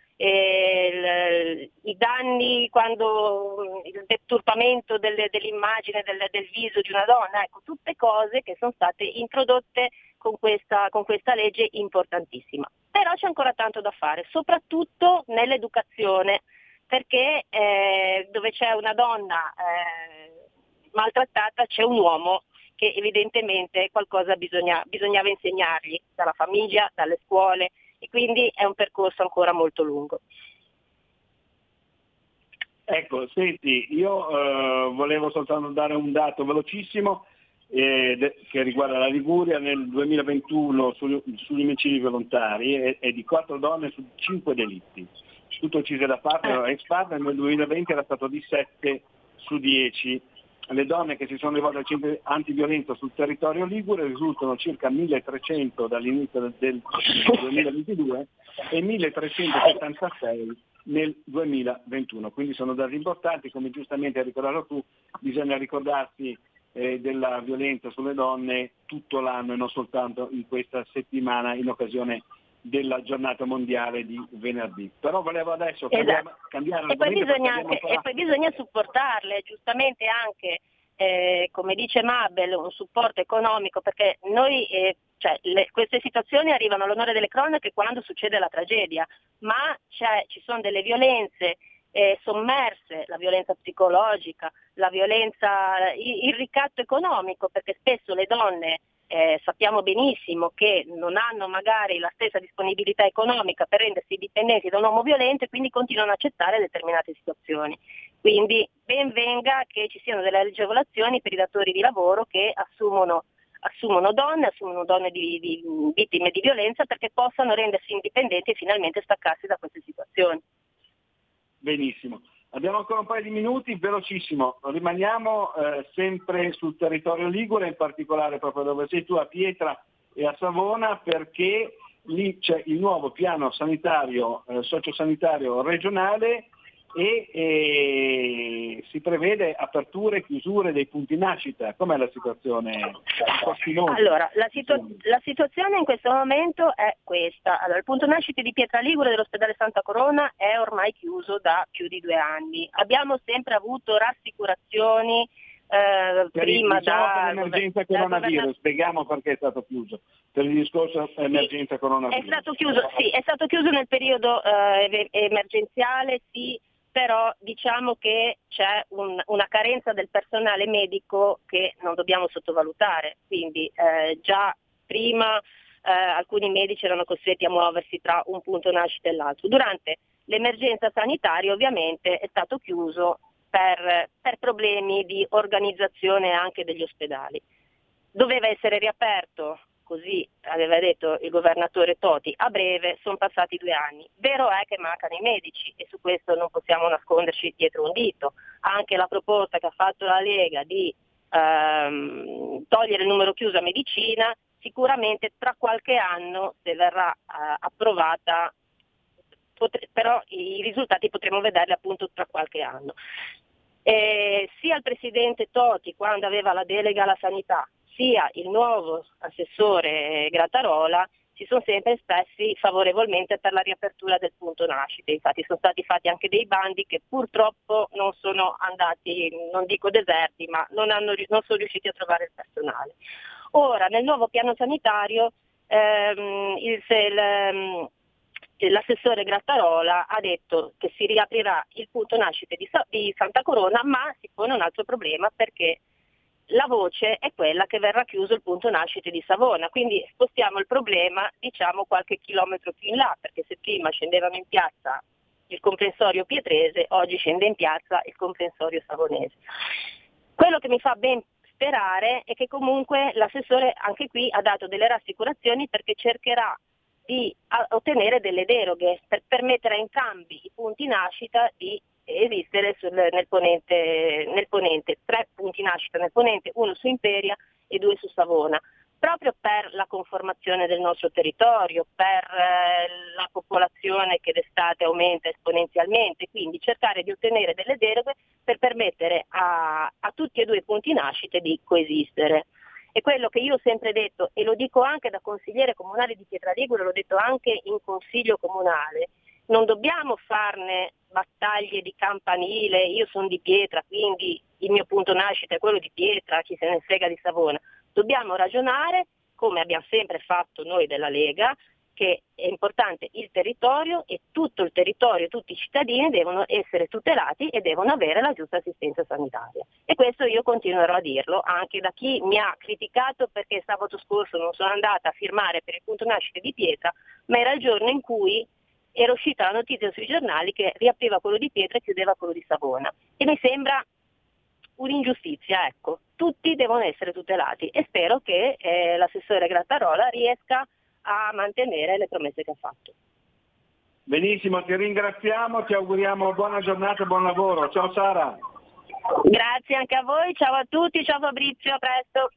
e il, i danni quando il deturpamento delle, dell'immagine del, del viso di una donna, ecco, tutte cose che sono state introdotte con questa, con questa legge importantissima. Però c'è ancora tanto da fare, soprattutto nell'educazione, perché eh, dove c'è una donna eh, maltrattata c'è un uomo che evidentemente qualcosa bisogna, bisognava insegnargli dalla famiglia, dalle scuole, e quindi è un percorso ancora molto lungo. Ecco, senti, io eh, volevo soltanto dare un dato velocissimo eh, de- che riguarda la Liguria. Nel duemilaventuno sugli, sugli omicidi volontari è, è di quattro donne su cinque delitti, tutto uccise da partner o ex partner. Nel duemilaventi era stato di sette su dieci. Le donne che si sono rivolte al centro antiviolenza sul territorio ligure risultano circa milletrecento dall'inizio del, del duemilaventidue e milletrecentosettantasei nel duemilaventuno, quindi sono dati importanti. Come giustamente hai ricordato tu, bisogna ricordarsi eh, della violenza sulle donne tutto l'anno e non soltanto in questa settimana in occasione della giornata mondiale di venerdì. Però volevo adesso esatto. cambiare e poi bisogna anche, ancora... e poi bisogna supportarle, giustamente anche eh, come dice Mabel, un supporto economico, perché noi eh, cioè, le, queste situazioni arrivano all'onore delle cronache quando succede la tragedia, ma c'è, ci sono delle violenze eh, sommerse, la violenza psicologica, la violenza, il, il ricatto economico, perché spesso le donne Eh, sappiamo benissimo che non hanno magari la stessa disponibilità economica per rendersi dipendenti da un uomo violento e quindi continuano ad accettare determinate situazioni. Quindi ben venga che ci siano delle agevolazioni per i datori di lavoro che assumono, assumono donne, assumono donne di, di vittime di violenza perché possano rendersi indipendenti e finalmente staccarsi da queste situazioni. Benissimo. Abbiamo ancora un paio di minuti, velocissimo. Rimaniamo eh, sempre sul territorio ligure, in particolare proprio dove sei tu, a Pietra e a Savona, perché lì c'è il nuovo piano sanitario, eh, sociosanitario regionale e, e si prevede aperture e chiusure dei punti nascita. Com'è la situazione? Allora, la, situ- la situazione in questo momento è questa. Allora, il punto nascita di Pietraligure dell'ospedale Santa Corona è ormai chiuso da più di due anni. Abbiamo sempre avuto rassicurazioni eh, per prima il, diciamo, da per l'emergenza da coronavirus, governa- spieghiamo perché è stato chiuso. Per il discorso emergenza coronavirus. È stato chiuso, sì, è stato chiuso nel periodo eh, emergenziale, sì. Però diciamo che c'è un, una carenza del personale medico che non dobbiamo sottovalutare, quindi eh, già prima eh, alcuni medici erano costretti a muoversi tra un punto nascita e l'altro. Durante l'emergenza sanitaria ovviamente è stato chiuso per, per problemi di organizzazione anche degli ospedali. Doveva essere riaperto, così aveva detto il governatore Toti, a breve, sono passati due anni. Vero è che mancano i medici e su questo non possiamo nasconderci dietro un dito. Anche la proposta che ha fatto la Lega di ehm, togliere il numero chiuso a medicina, sicuramente tra qualche anno, se verrà eh, approvata, potre- però i risultati potremo vederli appunto tra qualche anno. E sia il presidente Toti, quando aveva la delega alla sanità, sia il nuovo assessore Grattarola si sono sempre espressi favorevolmente per la riapertura del punto nascita. Infatti sono stati fatti anche dei bandi che purtroppo non sono andati, non dico deserti, ma non, hanno, non sono riusciti a trovare il personale. Ora, nel nuovo piano sanitario, ehm, il, il, l'assessore Grattarola ha detto che si riaprirà il punto nascita di, di Santa Corona, ma si pone un altro problema perché la voce è quella che verrà chiuso il punto nascita di Savona, quindi spostiamo il problema diciamo qualche chilometro più in là, perché se prima scendevano in piazza il comprensorio pietrese, oggi scende in piazza il comprensorio savonese. Quello che mi fa ben sperare è che comunque l'assessore anche qui ha dato delle rassicurazioni perché cercherà di ottenere delle deroghe per permettere a entrambi i punti nascita di esistere sul, nel, ponente, nel ponente, tre punti nascita nel ponente, uno su Imperia e due su Savona, proprio per la conformazione del nostro territorio, per eh, la popolazione che d'estate aumenta esponenzialmente, quindi cercare di ottenere delle deroghe per permettere a, a tutti e due i punti nascita di coesistere. E quello che io ho sempre detto, e lo dico anche da consigliere comunale di Pietraligure, l'ho detto anche in consiglio comunale, non dobbiamo farne battaglie di campanile, io sono di Pietra, quindi il mio punto nascita è quello di Pietra, chi se ne frega di Savona. Dobbiamo ragionare, come abbiamo sempre fatto noi della Lega, che è importante il territorio e tutto il territorio, tutti i cittadini devono essere tutelati e devono avere la giusta assistenza sanitaria. E questo io continuerò a dirlo anche da chi mi ha criticato perché sabato scorso non sono andata a firmare per il punto nascita di Pietra, ma era il giorno in cui era uscita la notizia sui giornali che riapriva quello di Pietra e chiudeva quello di Savona. E mi sembra un'ingiustizia, ecco. Tutti devono essere tutelati e spero che eh, l'assessore Grattarola riesca a mantenere le promesse che ha fatto. Benissimo, ti ringraziamo, ti auguriamo buona giornata e buon lavoro. Ciao Sara. Grazie anche a voi, ciao a tutti, ciao Fabrizio, a presto.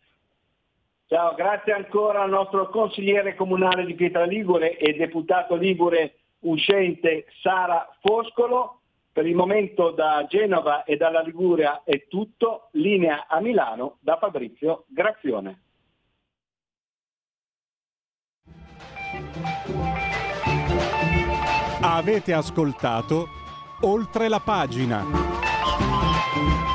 Ciao, grazie ancora al nostro consigliere comunale di Pietraligure e deputato ligure uscente Sara Foscolo. Per il momento da Genova e dalla Liguria è tutto, linea a Milano da Fabrizio Grazione. Avete ascoltato Oltre la pagina.